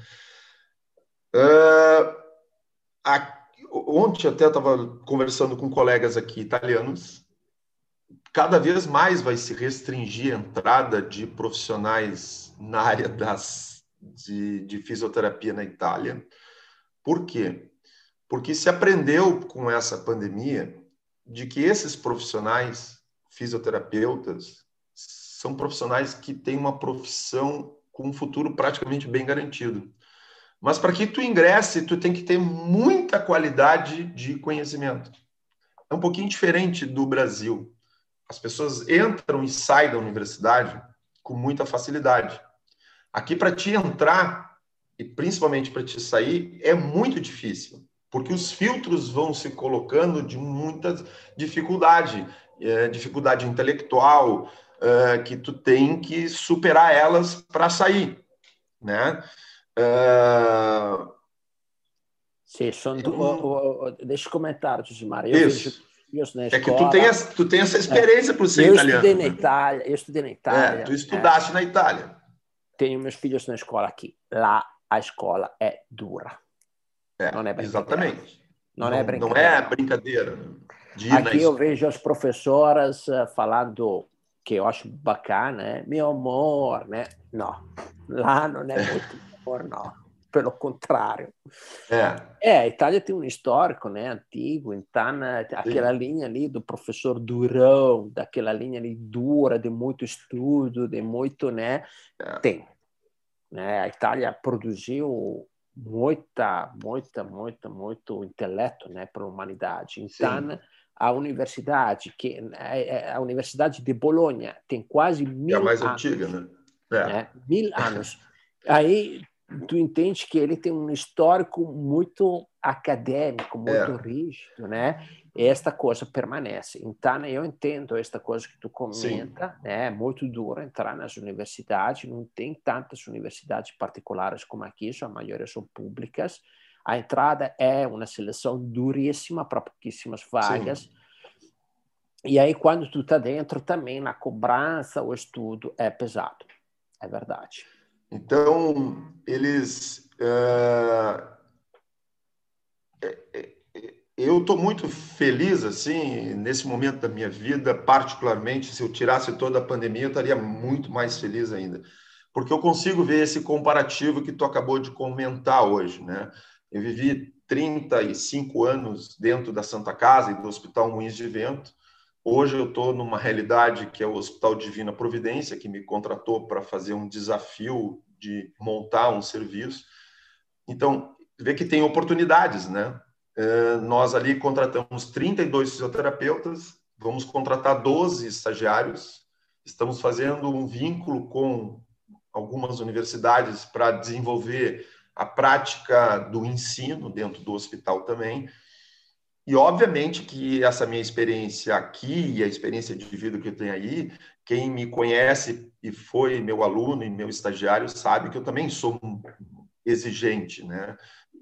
Uh, a, ontem até estava conversando com colegas aqui italianos. Cada vez mais vai se restringir a entrada de profissionais na área das, de, de fisioterapia na Itália. Por quê? porque se aprendeu com essa pandemia de que esses profissionais, fisioterapeutas, são profissionais que têm uma profissão com um futuro praticamente bem garantido. Mas para que tu ingresse, tu tem que ter muita qualidade de conhecimento. É um pouquinho diferente do Brasil. As pessoas entram e saem da universidade com muita facilidade. Aqui, para te entrar, e principalmente para te sair, é muito difícil, porque os filtros vão se colocando de muita dificuldade, é, dificuldade intelectual, é, que tu tem que superar elas para sair, né? É... Sim, são do... oh, oh, deixa eu comentar, Josimar. Eu Isso. vejo na É escola... que tu tem, essa, tu tem essa experiência é, por ser eu italiano. Estudei na né? Itália, eu estudei na Itália. É, tu estudaste é, na Itália. Tenho meus filhos na escola aqui. Lá a escola é dura. É, não é brincadeira. Exatamente. Não, não, é brincadeira. Não é brincadeira. De ir aqui na eu vejo as professoras uh, falando, que eu acho bacana, né? Meu amor, né? Não, lá não é muito amor, não. Pelo contrário. É. É, a Itália tem um histórico, né, antigo, então aquela Sim. linha ali do professor durão, daquela linha ali dura, de muito estudo, de muito, né, é. tem. Né? A Itália produziu muita, muita, muita, muito intelecto, né, para a humanidade. Então, Sim. a universidade, que a Universidade de Bolonha tem quase mil anos. É a mais anos, antiga, né? É. né? Mil anos. Aí tu entende que ele tem um histórico muito acadêmico, muito é. rígido, né? E esta coisa permanece. Então, eu entendo esta coisa que tu comenta, Sim. né? É muito duro entrar nas universidades, não tem tantas universidades particulares como aqui, a maioria são públicas. A entrada é uma seleção duríssima para pouquíssimas vagas. Sim. E aí, quando tu está dentro, também na cobrança, o estudo é pesado. É verdade. Então, eles... Uh, eu estou muito feliz, assim, nesse momento da minha vida, particularmente, se eu tirasse toda a pandemia, eu estaria muito mais feliz ainda. Porque eu consigo ver esse comparativo que tu acabou de comentar hoje, né? Eu vivi trinta e cinco anos dentro da Santa Casa e do Hospital Moinhos de Vento. Hoje eu estou numa realidade que é o Hospital Divina Providência, que me contratou para fazer um desafio de montar um serviço. Então, vê que tem oportunidades, né? Uh, nós ali contratamos trinta e dois fisioterapeutas, vamos contratar doze estagiários, estamos fazendo um vínculo com algumas universidades para desenvolver a prática do ensino dentro do hospital também. E, obviamente, que essa minha experiência aqui e a experiência de vida que eu tenho aí, quem me conhece e foi meu aluno e meu estagiário sabe que eu também sou exigente, né?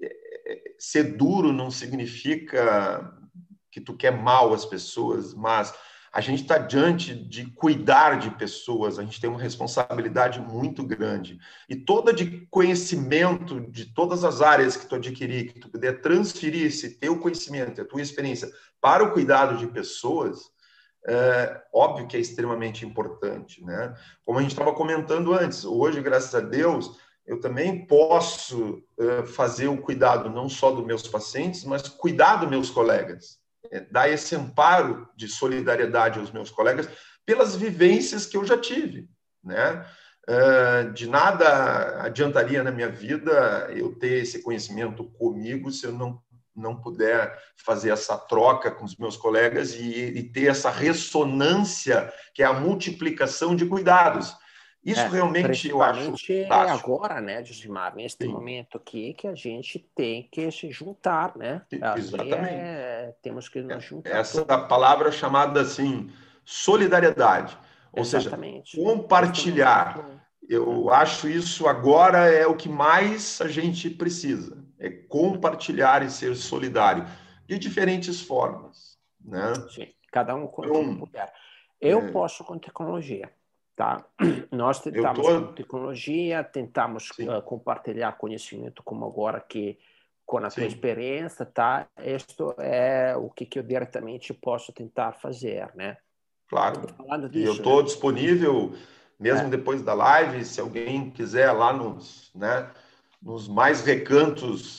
Ser duro não significa que tu quer mal as pessoas, mas a gente está diante de cuidar de pessoas, a gente tem uma responsabilidade muito grande. E toda de conhecimento de todas as áreas que tu adquirir, que tu puder transferir esse teu conhecimento, a tua experiência para o cuidado de pessoas, é óbvio que é extremamente importante, né? Como a gente estava comentando antes, hoje, graças a Deus, eu também posso uh, fazer o cuidado não só dos meus pacientes, mas cuidar dos meus colegas, é, dar esse amparo de solidariedade aos meus colegas pelas vivências que eu já tive, né? Uh, de nada adiantaria na minha vida eu ter esse conhecimento comigo se eu não, não puder fazer essa troca com os meus colegas e, e ter essa ressonância, que é a multiplicação de cuidados. Isso é, realmente eu acho fantástico. Agora, né, Josimar, neste Sim. momento aqui, que a gente tem que se juntar, né? Exatamente. É, temos que nos juntar. Essa todos. palavra chamada assim, solidariedade. Ou Exatamente. seja, compartilhar. Eu acho isso agora é o que mais a gente precisa. É compartilhar e ser solidário. De diferentes formas. Né? Sim, cada um com então, puder. Eu é... posso com tecnologia. Tá? Nós tentamos tô... com tecnologia, tentamos uh, compartilhar conhecimento como agora que com a Sim. tua experiência, tá? Isto é o que, que eu diretamente posso tentar fazer, né? Claro. Falando disso, eu estou né? disponível, mesmo é. depois da live, se alguém quiser lá nos, né, nos mais recantos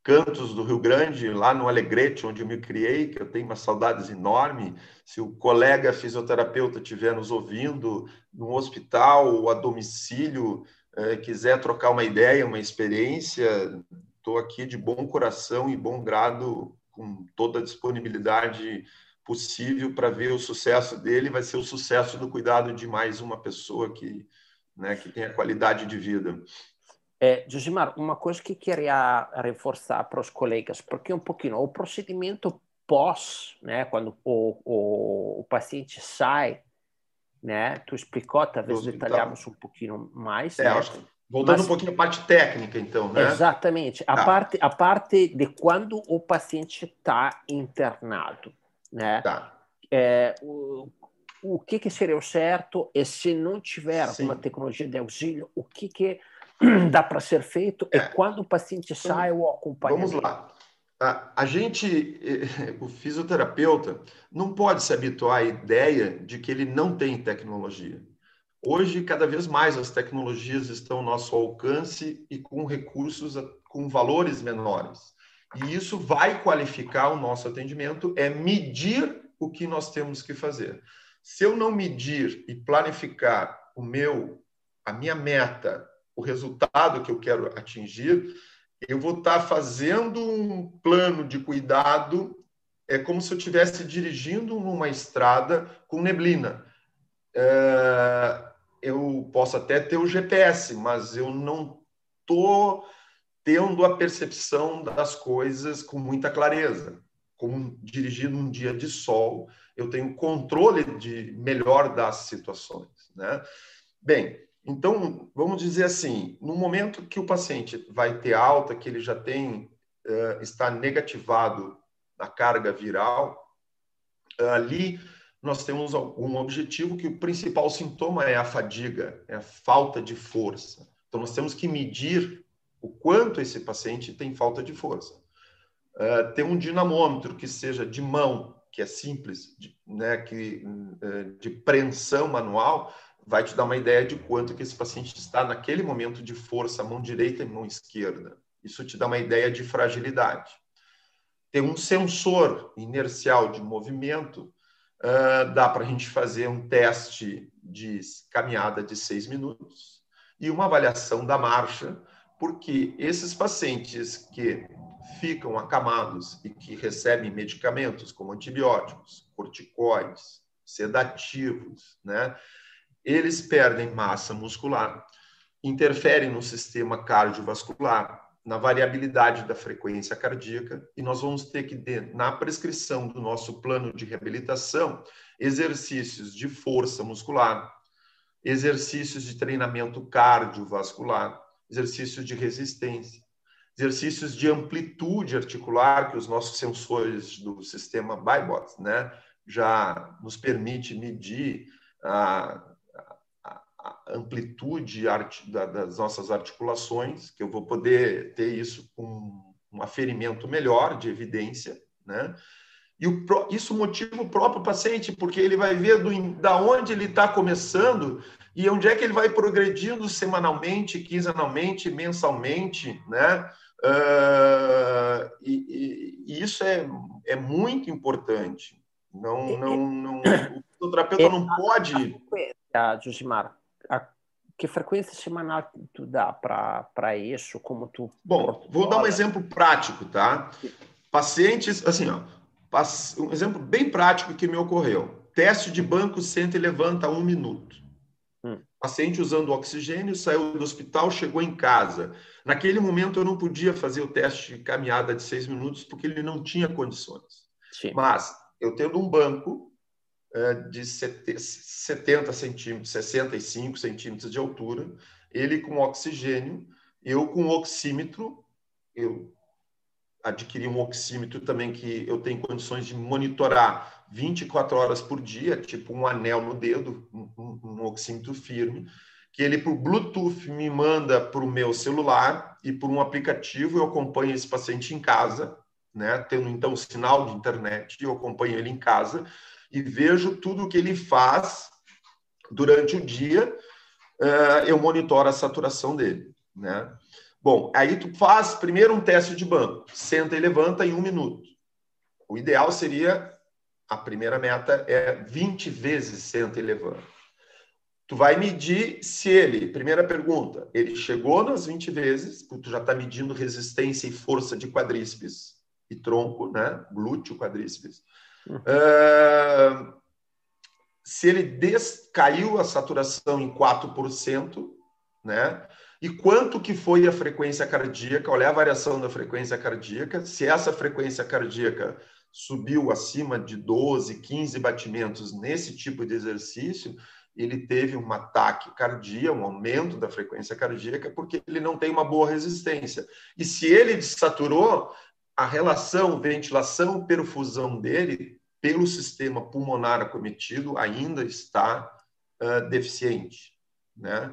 cantos do Rio Grande, lá no Alegrete, onde eu me criei, que eu tenho umas saudades enormes. Se o colega fisioterapeuta estiver nos ouvindo, no hospital ou a domicílio, eh, quiser trocar uma ideia, uma experiência, estou aqui de bom coração e bom grado, com toda a disponibilidade possível para ver o sucesso dele. Vai ser o sucesso do cuidado de mais uma pessoa que, né, que tenha qualidade de vida. É, Josimar, uma coisa que queria reforçar para os colegas, porque um pouquinho o procedimento pós, né, quando o, o, o paciente sai, né, tu explicou, talvez detalhamos um pouquinho mais. É, né? acho que, voltando Mas, um pouquinho à parte técnica, então, né? Exatamente. A, tá. parte, a parte de quando o paciente está internado, né? Tá. É, o, o que, que seria o certo e se não tiver Sim. alguma tecnologia de auxílio, o que, que dá para ser feito é. E quando o paciente então, sai, o acompanhamento. Vamos lá. A, a gente, o fisioterapeuta, não pode se habituar à ideia de que ele não tem tecnologia. Hoje, cada vez mais, as tecnologias estão ao nosso alcance e com recursos, com valores menores. E isso vai qualificar o nosso atendimento, é medir o que nós temos que fazer. Se eu não medir e planificar o meu, a minha meta, o resultado que eu quero atingir, eu vou estar fazendo um plano de cuidado, é como se eu estivesse dirigindo numa estrada com neblina. É, eu posso até ter o G P S, mas eu não estou tendo a percepção das coisas com muita clareza. Como dirigir num dia de sol, eu tenho controle de melhor das situações, né? Bem, então, vamos dizer assim, no momento que o paciente vai ter alta, que ele já tem, uh, está negativado na carga viral, uh, ali nós temos um objetivo que o principal sintoma é a fadiga, é a falta de força. Então, nós temos que medir o quanto esse paciente tem falta de força. Uh, ter um dinamômetro que seja de mão, que é simples, de, né, que, uh, de preensão manual, vai te dar uma ideia de quanto que esse paciente está naquele momento de força, mão direita e mão esquerda. Isso te dá uma ideia de fragilidade. Ter um sensor inercial de movimento, uh, dá para a gente fazer um teste de caminhada de seis minutos e uma avaliação da marcha, porque esses pacientes que ficam acamados e que recebem medicamentos como antibióticos, corticoides, sedativos, né? Eles perdem massa muscular, interferem no sistema cardiovascular, na variabilidade da frequência cardíaca, e nós vamos ter que, na prescrição do nosso plano de reabilitação, exercícios de força muscular, exercícios de treinamento cardiovascular, exercícios de resistência, exercícios de amplitude articular, que os nossos sensores do sistema BiBot, né, já nos permite medir a a amplitude das nossas articulações, que eu vou poder ter isso com um aferimento melhor de evidência, né? E o, isso motiva o próprio paciente, porque ele vai ver do, da onde ele está começando e onde é que ele vai progredindo semanalmente, quinzenalmente, mensalmente, né? Uh, e, e, e isso é, é muito importante. Não, não, não, o terapeuta não pode... Josimar, a que frequência semanal tu dá para isso? Como tu... Bom, vou dar um exemplo prático, tá? Pacientes, assim, ó, um exemplo bem prático que me ocorreu. Teste de banco, senta e levanta um minuto. Hum. Paciente usando oxigênio, saiu do hospital, chegou em casa. Naquele momento eu não podia fazer o teste de caminhada de seis minutos porque ele não tinha condições. Sim. Mas eu tendo um banco de setenta centímetros, sessenta e cinco centímetros de altura, ele com oxigênio, eu com oxímetro, eu adquiri um oxímetro também que eu tenho condições de monitorar vinte e quatro horas por dia, tipo um anel no dedo, um, um oxímetro firme, que ele por Bluetooth me manda para o meu celular e por um aplicativo eu acompanho esse paciente em casa, né, tendo então o sinal de internet, eu acompanho ele em casa, e vejo tudo o que ele faz durante o dia, uh, eu monitoro a saturação dele, né? Bom, aí tu faz primeiro um teste de banco, senta e levanta em um minuto. O ideal seria, a primeira meta é vinte vezes senta e levanta. Tu vai medir se ele, primeira pergunta, ele chegou nas vinte vezes, porque tu já está medindo resistência e força de quadríceps e tronco, né? Glúteo, quadríceps. Uhum. Uh, se ele des... caiu a saturação em quatro por cento, né? E quanto que foi a frequência cardíaca, olha a variação da frequência cardíaca, se essa frequência cardíaca subiu acima de doze, quinze batimentos nesse tipo de exercício, ele teve um ataque cardíaco, um aumento da frequência cardíaca, porque ele não tem uma boa resistência. E se ele desaturou, a relação ventilação-perfusão dele, pelo sistema pulmonar acometido, ainda está uh, deficiente, né?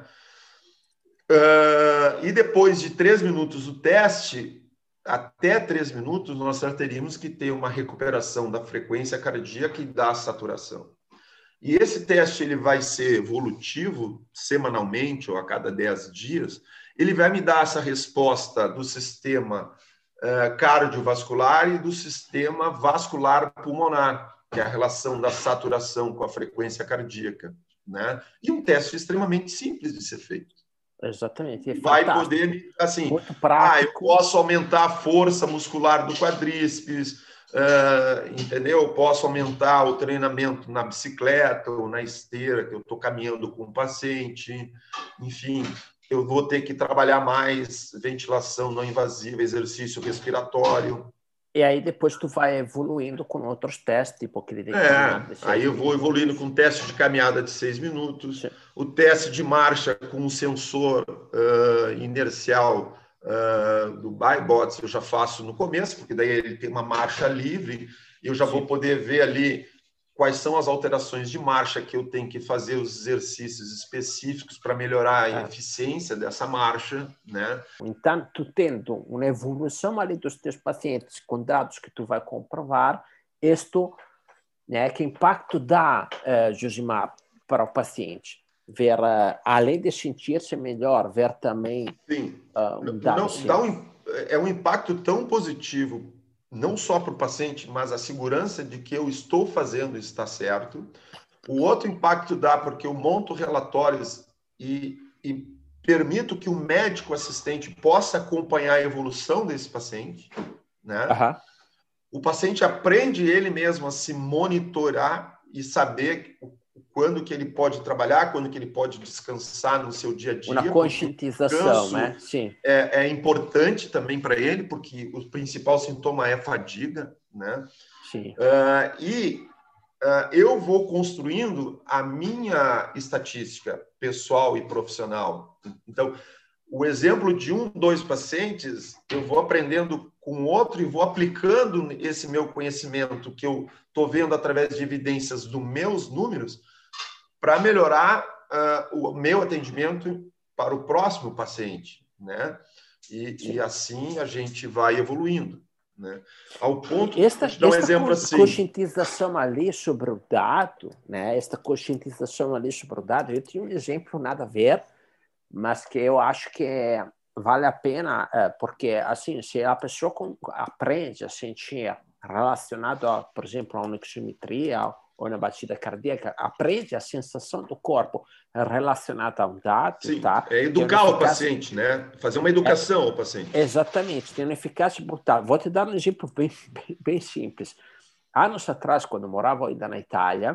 Uh, e depois de três minutos do teste, até três minutos, nós já teríamos que ter uma recuperação da frequência cardíaca e da saturação. E esse teste ele vai ser evolutivo, semanalmente ou a cada dez dias. Ele vai me dar essa resposta do sistema uh, cardiovascular e do sistema vascular pulmonar, que é a relação da saturação com a frequência cardíaca, né? E um teste extremamente simples de ser feito. Exatamente. É vai fantástico. poder, assim, muito ah, eu prático. posso aumentar a força muscular do quadríceps, uh, entendeu? Eu posso aumentar o treinamento na bicicleta ou na esteira, que eu estou caminhando com o paciente, enfim, eu vou ter que trabalhar mais ventilação não invasiva, exercício respiratório. E aí depois tu vai evoluindo com outros testes, tipo aquele de É, aí eu vou evoluindo com teste de caminhada de seis minutos, Sim. o teste de marcha com um sensor uh, inercial uh, do ByBots eu já faço no começo, porque daí ele tem uma marcha livre e eu já Sim. vou poder ver ali quais são as alterações de marcha que eu tenho que fazer, os exercícios específicos para melhorar a É. eficiência dessa marcha, né? Então, tu tendo uma evolução ali dos teus pacientes com dados que tu vai comprovar, isto, né, que impacto dá, uh, Josimar, para o paciente? Ver, uh, além de sentir-se melhor, ver também Sim. uh, um dado Não, assim. dá um, é um impacto tão positivo, não só para o paciente, mas a segurança de que eu estou fazendo está certo. O outro impacto dá porque eu monto relatórios e, e permito que o médico assistente possa acompanhar a evolução desse paciente, né? Uhum. O paciente aprende ele mesmo a se monitorar e saber quando que ele pode trabalhar, quando que ele pode descansar no seu dia a dia. Uma conscientização, né? Sim. É, é importante também para ele, porque o principal sintoma é fadiga, né? Sim. Uh, e uh, eu vou construindo a minha estatística pessoal e profissional. Então, o exemplo de um, dois pacientes, eu vou aprendendo com outro e vou aplicando esse meu conhecimento que eu estou vendo através de evidências dos meus números para melhorar uh, o meu atendimento para o próximo paciente, né? E, e assim a gente vai evoluindo, né? Ao ponto, esta, vou te dar um esta exemplo assim. conscientização ali sobre o dado, né? Esta conscientização ali sobre o dado, eu tinha um exemplo nada a ver, mas que eu acho que é, vale a pena, é, porque assim, se a pessoa com, aprende a sentir relacionado, a, por exemplo, a uma oximetria ou na batida cardíaca, aprende a sensação do corpo relacionada a um dado. Sim, tá? é educar o paciente, né? Fazer uma educação é, ao paciente. Exatamente, tem uma eficácia brutal. Vou te dar um exemplo bem, bem, bem simples. Anos atrás, quando eu morava ainda na Itália,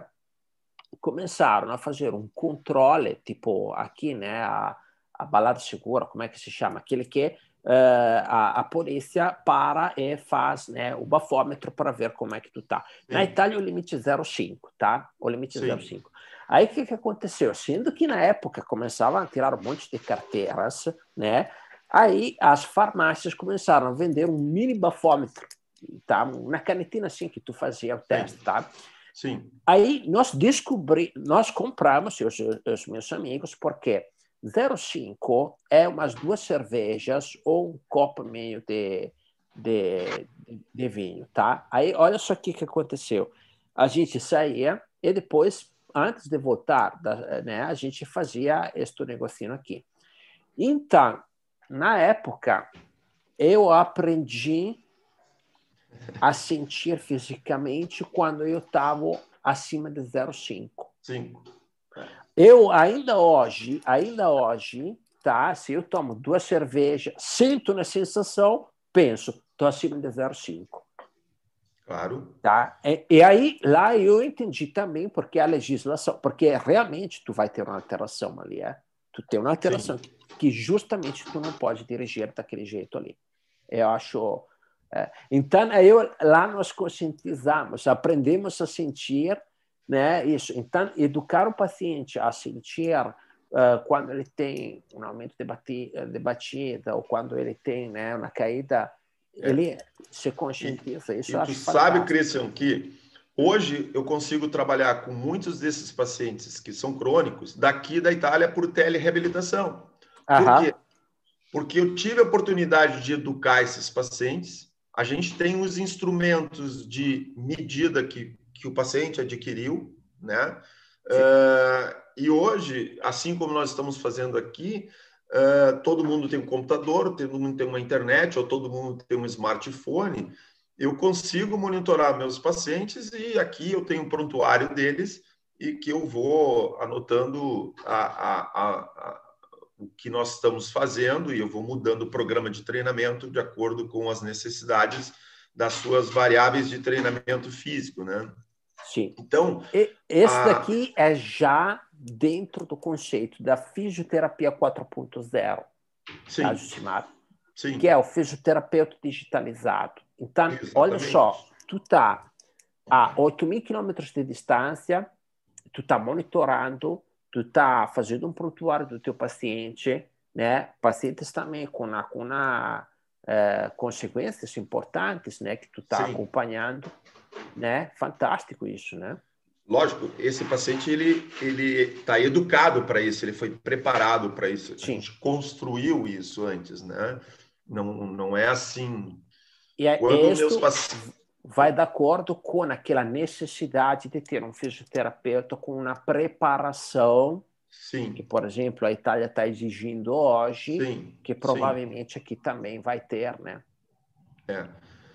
começaram a fazer um controle, tipo aqui, né, a, a balada segura, como é que se chama? Aquele que uh, a, a polícia para e faz, né, o bafômetro para ver como é que tu tá. Sim. Na Itália, o limite é zero vírgula cinco, tá? O limite é zero vírgula cinco. Aí, o que, que aconteceu? Sendo que, na época, começavam a tirar um monte de carteiras, né? Aí, as farmácias começaram a vender um mini bafômetro, tá? Uma canetinha assim que tu fazia o teste, tá? Sim. Aí nós descobri, nós compramos, os, os meus amigos, porque zero vírgula cinco é umas duas cervejas ou um copo e meio de, de, de vinho, tá? Aí olha só o que, que aconteceu. A gente saía e depois, antes de voltar, né, a gente fazia este negocinho aqui. Então, na época, eu aprendi a sentir fisicamente quando eu estava acima de zero vírgula cinco. Cinco. Eu ainda hoje, ainda hoje, tá? Se eu tomo duas cervejas, sinto na sensação, penso, estou acima de zero vírgula cinco. Claro. Tá? E, e aí, lá eu entendi também porque a legislação, porque realmente tu vai ter uma alteração ali, é? Tu tem uma alteração que, que justamente tu não pode dirigir daquele jeito ali. Eu acho... É, então, eu, lá nós conscientizamos, aprendemos a sentir, né, isso. Então, educar o paciente a sentir uh, quando ele tem um aumento de, bati, de batida ou quando ele tem, né, uma caída, é. Ele se conscientiza. E, isso e eu tu acho sabe, fantástico. Christian, que hoje eu consigo trabalhar com muitos desses pacientes que são crônicos daqui da Itália por telereabilitação. Por quê? Porque eu tive a oportunidade de educar esses pacientes. A gente tem os instrumentos de medida que, que o paciente adquiriu, né? Uh, e hoje, assim como nós estamos fazendo aqui, uh, todo mundo tem um computador, todo mundo tem uma internet, ou todo mundo tem um smartphone. Eu consigo monitorar meus pacientes e aqui eu tenho um prontuário deles e que eu vou anotando a, a, a, a o que nós estamos fazendo e eu vou mudando o programa de treinamento de acordo com as necessidades das suas variáveis de treinamento físico, né? Sim. Então, e esse a... daqui é já dentro do conceito da fisioterapia quatro ponto zero, tá, Jucimar? Sim. Que é o fisioterapeuta digitalizado. Então, Exatamente. olha só, tu tá a oito mil quilômetros de distância, tu tá monitorando, tu está fazendo um prontuário do teu paciente, né? Pacientes também com, a, com a, é, consequências importantes, né? Que tu está acompanhando, né? Fantástico isso, né? Lógico, esse paciente ele ele está educado para isso, ele foi preparado para isso. Sim. A gente construiu isso antes, né? Não não é assim. E é Quando isso meus pacientes vai de acordo com aquela necessidade de ter um fisioterapeuta com uma preparação. Sim. Que, por exemplo, a Itália está exigindo hoje, sim, que provavelmente sim. aqui também vai ter, né? É.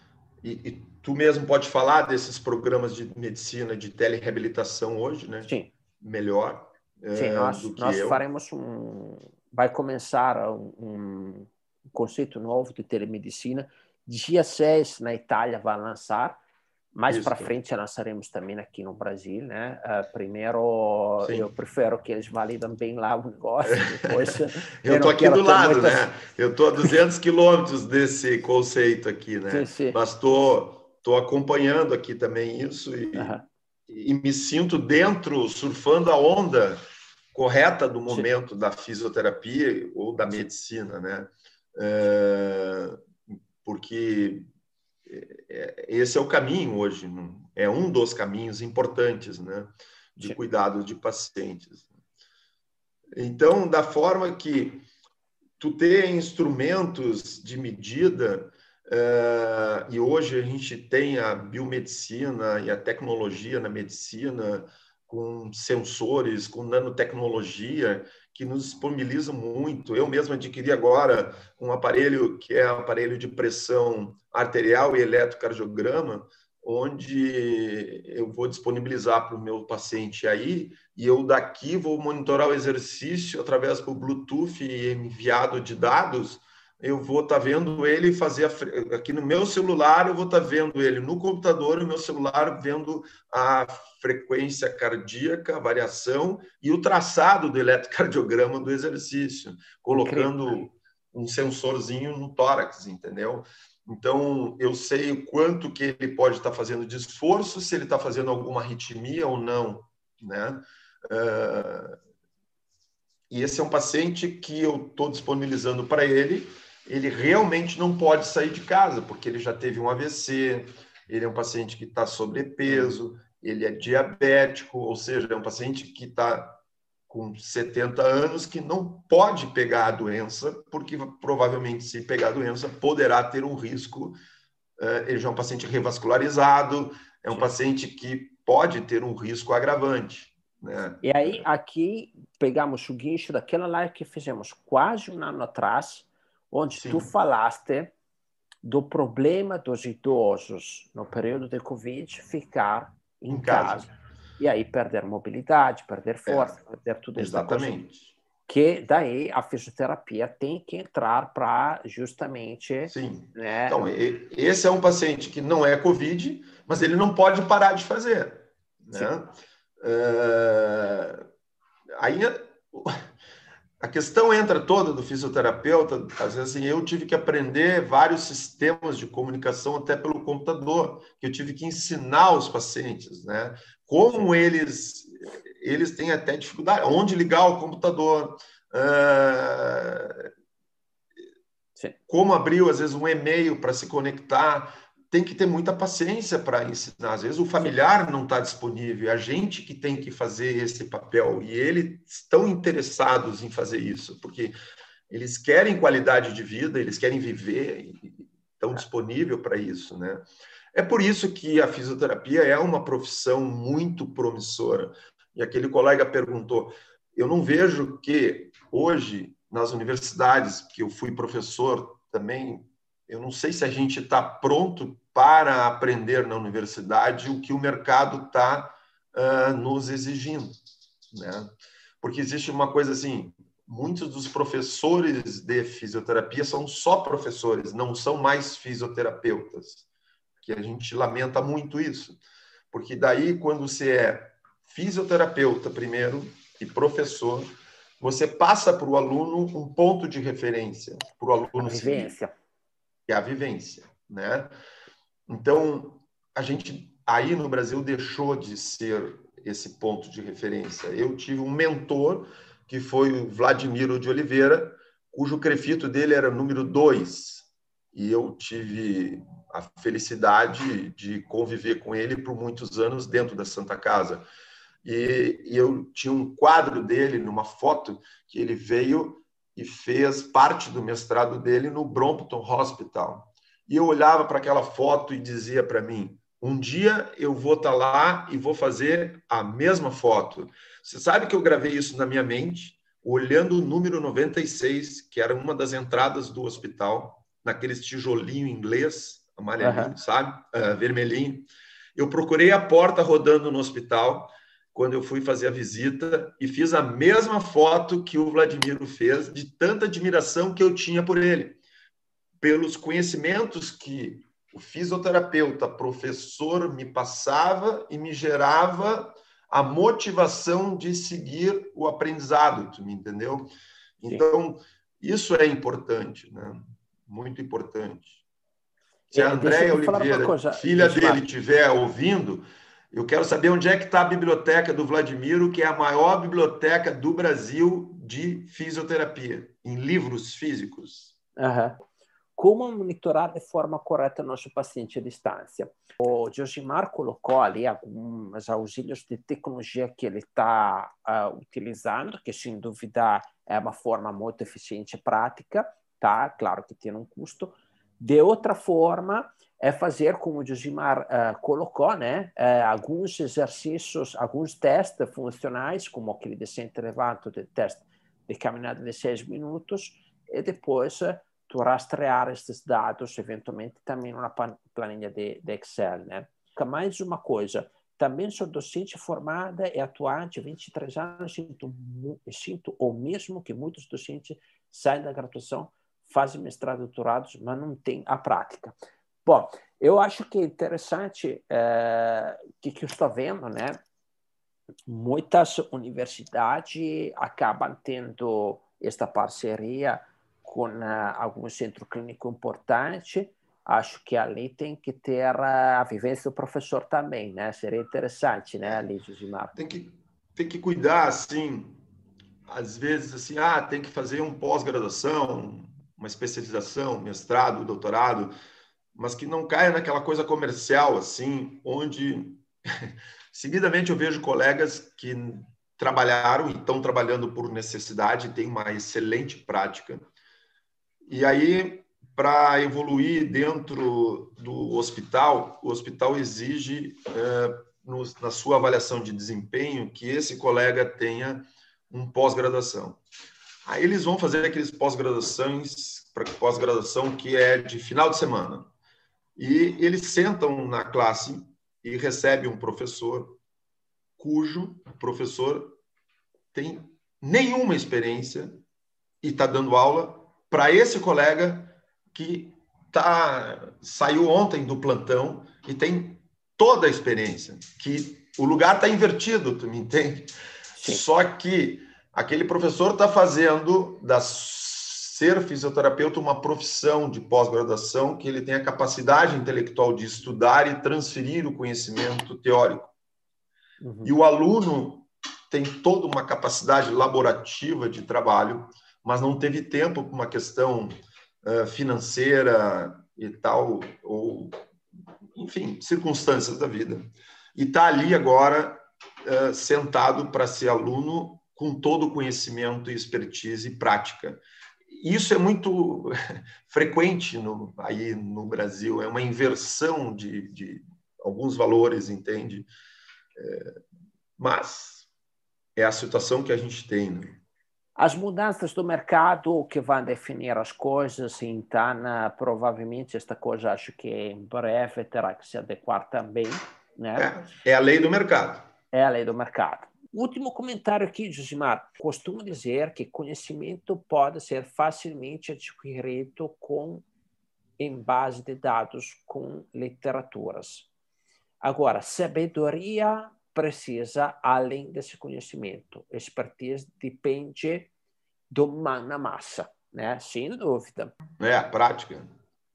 E, e tu mesmo pode falar desses programas de medicina, de telereabilitação hoje, né? Sim. Melhor Sim, é, nós, do que nós eu. faremos um... Vai começar um, um conceito novo de telemedicina. Dia seis, na Itália, vai lançar. Mais para frente lançaremos também aqui no Brasil, né? Uh, primeiro, Sim. eu prefiro que eles validem bem lá o negócio, depois... eu estou aqui do lado, muitas... né? Eu estou a duzentos quilômetros desse conceito aqui, né? Sim, sim. Mas estou tô, tô acompanhando aqui também isso e, uh-huh. e me sinto dentro, surfando a onda correta do momento sim. da fisioterapia ou da medicina, né? É, porque... esse é o caminho hoje, é um dos caminhos importantes, né, de Sim. cuidado de pacientes. Então, da forma que tu tem instrumentos de medida, uh, e hoje a gente tem a biomedicina e a tecnologia na medicina, com sensores, com nanotecnologia, que nos disponibilizam muito. Eu mesmo adquiri agora um aparelho que é um aparelho de pressão arterial e eletrocardiograma, onde eu vou disponibilizar para o meu paciente aí, e eu daqui vou monitorar o exercício através do Bluetooth e enviado de dados. Eu vou estar tá vendo ele fazer a, aqui no meu celular, eu vou estar tá vendo ele no computador, no meu celular, vendo a frequência cardíaca, a variação e o traçado do eletrocardiograma do exercício, colocando Incrível. um sensorzinho no tórax, entendeu? Então, eu sei o quanto que ele pode estar tá fazendo de esforço, se ele está fazendo alguma arritmia ou não, né? Uh, e esse é um paciente que eu estou disponibilizando para ele. Ele realmente não pode sair de casa, porque ele já teve um A V C, ele é um paciente que está sobrepeso, ele é diabético, ou seja, é um paciente que está com setenta anos, que não pode pegar a doença, porque provavelmente, se pegar a doença, poderá ter um risco. Ele já é um paciente revascularizado, é um Sim. paciente que pode ter um risco agravante. Né? E aí, aqui, pegamos o guincho daquela live que fizemos quase um ano atrás, onde Sim. tu falaste do problema dos idosos no período de Covid ficar em, Em casa. casa. E aí perder mobilidade, perder força, é, perder tudo isso. Exatamente. Que daí a fisioterapia tem que entrar para justamente... Sim. Né? Então, esse é um paciente que não é Covid, mas ele não pode parar de fazer. Né? Uh, aí a questão entra toda do fisioterapeuta, às vezes assim, eu tive que aprender vários sistemas de comunicação até pelo computador, que eu tive que ensinar os pacientes, né? Como eles, eles têm até dificuldade, onde ligar o computador, uh, como abrir, às vezes, um e-mail para se conectar. Tem que ter muita paciência para ensinar. Às vezes o familiar não está disponível, é a gente que tem que fazer esse papel, e eles estão interessados em fazer isso, porque eles querem qualidade de vida, eles querem viver, e estão disponíveis para isso, né? É por isso que a fisioterapia é uma profissão muito promissora. E aquele colega perguntou, eu não vejo que hoje, nas universidades, que eu fui professor também, eu não sei se a gente está pronto para aprender na universidade o que o mercado está uh, nos exigindo, né? Porque existe uma coisa assim, muitos dos professores de fisioterapia são só professores, não são mais fisioterapeutas, que a gente lamenta muito isso, porque daí quando você é fisioterapeuta primeiro e professor, você passa para o aluno um ponto de referência, para o aluno seguir, que é a vivência, né? Então, a gente aí no Brasil deixou de ser esse ponto de referência. Eu tive um mentor, que foi o Vladimiro de Oliveira, cujo crefito dele era número dois, e eu tive a felicidade de conviver com ele por muitos anos dentro da Santa Casa. E, e eu tinha um quadro dele, numa foto, que ele veio e fez parte do mestrado dele no Brompton Hospital. E eu olhava para aquela foto e dizia para mim, um dia eu vou estar lá e vou fazer a mesma foto. Você sabe que eu gravei isso na minha mente, olhando o número noventa e seis, que era uma das entradas do hospital, naqueles tijolinho inglês, amarelinho, uhum. sabe? Uh, vermelhinho. Eu procurei a porta rodando no hospital, quando eu fui fazer a visita, e fiz a mesma foto que o Vladimiro fez, de tanta admiração que eu tinha por ele, pelos conhecimentos que o fisioterapeuta, professor, me passava e me gerava a motivação de seguir o aprendizado, tu me entendeu? Então, sim, isso é importante, né? Muito importante. Se a Andréia Oliveira, coisa, filha dele, estiver ouvindo, eu quero saber onde é que está a biblioteca do Vladimiro, que é a maior biblioteca do Brasil de fisioterapia, em livros físicos. Uhum. Como monitorar de forma correta o nosso paciente à distância? O Josimar colocou ali alguns auxílios de tecnologia que ele está uh, utilizando, que sem dúvida é uma forma muito eficiente e prática, tá? Claro que tem um custo. De outra forma, é fazer, como o Josimar uh, colocou, né, uh, alguns exercícios, alguns testes funcionais, como aquele de centro elevado, de teste de caminhada de seis minutos, e depois uh, tu rastrear esses dados, eventualmente, também numa planilha de, de Excel, né? Mais uma coisa, também sou docente formada e atuante há vinte e três anos, sinto, sinto o mesmo que muitos docentes saem da graduação, fazem mestrado e doutorados, mas não têm a prática. Bom, eu acho que é interessante é, que, que eu estou vendo, né? Muitas universidades acabam tendo esta parceria com uh, algum centro clínico importante. Acho que ali tem que ter uh, a vivência do professor também, né? Seria interessante, né, ali, Josimar? Tem que, tem que cuidar, assim, às vezes, assim, ah, tem que fazer um pós-graduação, uma especialização, mestrado, doutorado, mas que não caia naquela coisa comercial, assim, onde, seguidamente, eu vejo colegas que trabalharam e estão trabalhando por necessidade, têm uma excelente prática. E aí, para evoluir dentro do hospital, o hospital exige, é, no, na sua avaliação de desempenho, que esse colega tenha um pós-graduação. Aí eles vão fazer aqueles pós-graduações, para pós-graduação que é de final de semana. E eles sentam na classe e recebem um professor cujo professor tem nenhuma experiência e está dando aula para esse colega que tá, saiu ontem do plantão e tem toda a experiência, que o lugar está invertido, tu me entende? Sim. Só que aquele professor está fazendo da ser fisioterapeuta uma profissão de pós-graduação, que ele tem a capacidade intelectual de estudar e transferir o conhecimento teórico. Uhum. E o aluno tem toda uma capacidade laborativa de trabalho, mas não teve tempo por uma questão uh, financeira e tal, ou, enfim, circunstâncias da vida. E está ali agora uh, sentado para ser aluno com todo o conhecimento e expertise e prática. Isso é muito frequente no, aí no Brasil, é uma inversão de, de alguns valores, entende? É, mas é a situação que a gente tem, né? As mudanças do mercado que vão definir as coisas, então, provavelmente esta coisa acho que em breve terá que se adequar também, né? É, é a lei do mercado. É a lei do mercado. Último comentário aqui, Josimar. Costumo dizer que conhecimento pode ser facilmente adquirido com, em base de dados com literaturas. Agora, sabedoria precisa além desse conhecimento. Expertise depende do man na massa, né? Sem dúvida. É, a prática.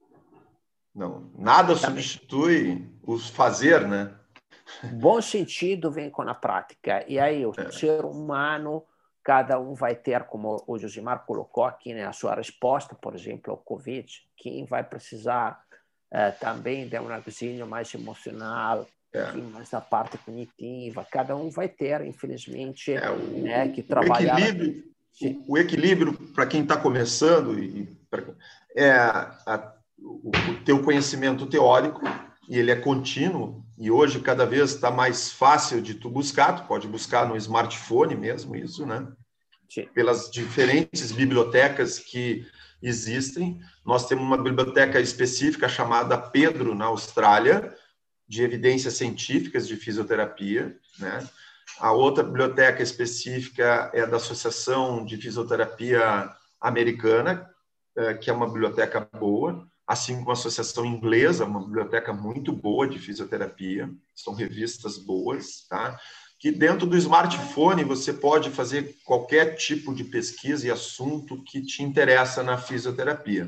Não, nada Também. substitui o fazer, né? Bom sentido vem com a prática. E aí, o é. ser humano, cada um vai ter, como o Josimar colocou aqui, né, a sua resposta, por exemplo, ao Covid, quem vai precisar eh, também de um auxílio mais emocional, é. mais da parte cognitiva. Cada um vai ter, infelizmente, é, o, né, que trabalhar... O equilíbrio, o, o equilíbrio para quem está começando e pra, é a, o, o teu conhecimento teórico, e ele é contínuo, e hoje cada vez está mais fácil de tu buscar, tu pode buscar no smartphone mesmo isso, né? Sim. Pelas diferentes bibliotecas que existem. Nós temos uma biblioteca específica chamada Pedro, na Austrália, de evidências científicas de fisioterapia, né? A outra biblioteca específica é da Associação de Fisioterapia Americana, que é uma biblioteca boa, assim como a Associação Inglesa, uma biblioteca muito boa de fisioterapia, são revistas boas, tá? Que dentro do smartphone você pode fazer qualquer tipo de pesquisa e assunto que te interessa na fisioterapia.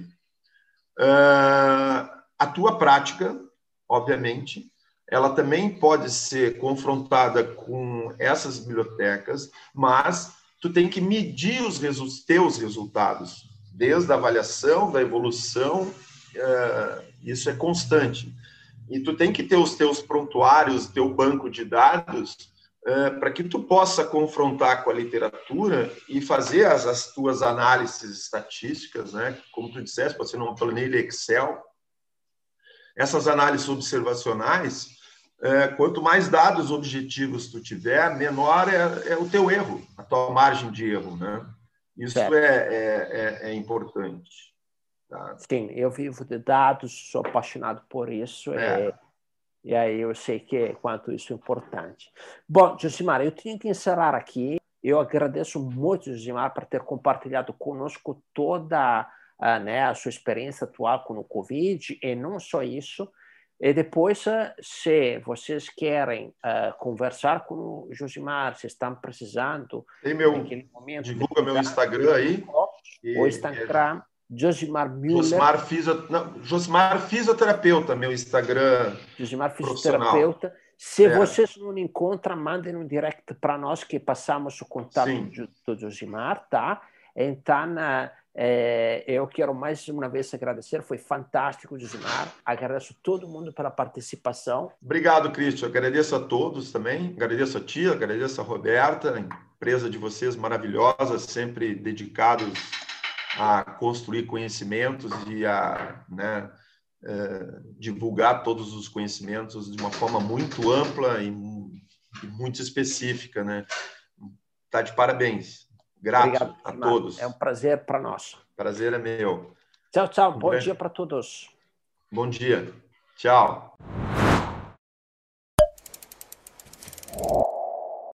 Uh, a tua prática, obviamente, ela também pode ser confrontada com essas bibliotecas, mas tu tem que medir os resu- teus resultados, desde a avaliação, da evolução, uh, isso é constante. E tu tem que ter os teus prontuários, teu banco de dados, uh, para que tu possa confrontar com a literatura e fazer as, as tuas análises estatísticas, né? Como tu disseste, pode ser numa planilha Excel. Essas análises observacionais, é, quanto mais dados objetivos tu tiver, menor é, é o teu erro, a tua margem de erro, né? Isso é, é, é, é importante. Tá? Sim, eu vivo de dados, sou apaixonado por isso, é. É, e aí eu sei que quanto isso é importante. Bom, Josimar, eu tenho que encerrar aqui. Eu agradeço muito, Josimar, por ter compartilhado conosco toda a, né, a sua experiência atual com o Covid, e não só isso. E depois, se vocês querem uh, conversar com o Josimar, se estão precisando... Tem meu, momento, divulga meu Instagram aí. O Instagram, é, Josimar Müller. Josimar, Fisio, não, Josimar Fisioterapeuta, meu Instagram. Josimar Fisioterapeuta. Se é. vocês não encontram, mandem um direct para nós, que passamos o contato do, do Josimar, tá? Então... Uh, É, eu quero mais uma vez agradecer, foi fantástico, Josimar. Agradeço todo mundo pela participação. Obrigado, Cristian. Agradeço a todos também. Agradeço a tia, agradeço a Roberta, a empresa de vocês maravilhosa, sempre dedicados a construir conhecimentos e a, né, é, divulgar todos os conhecimentos de uma forma muito ampla e, e muito específica, né? Tá de parabéns. Grato Obrigado, a Gilmar. todos. É um prazer para nós. Prazer é meu. Tchau, tchau. Um Bom grande... dia para todos. Bom dia. Tchau.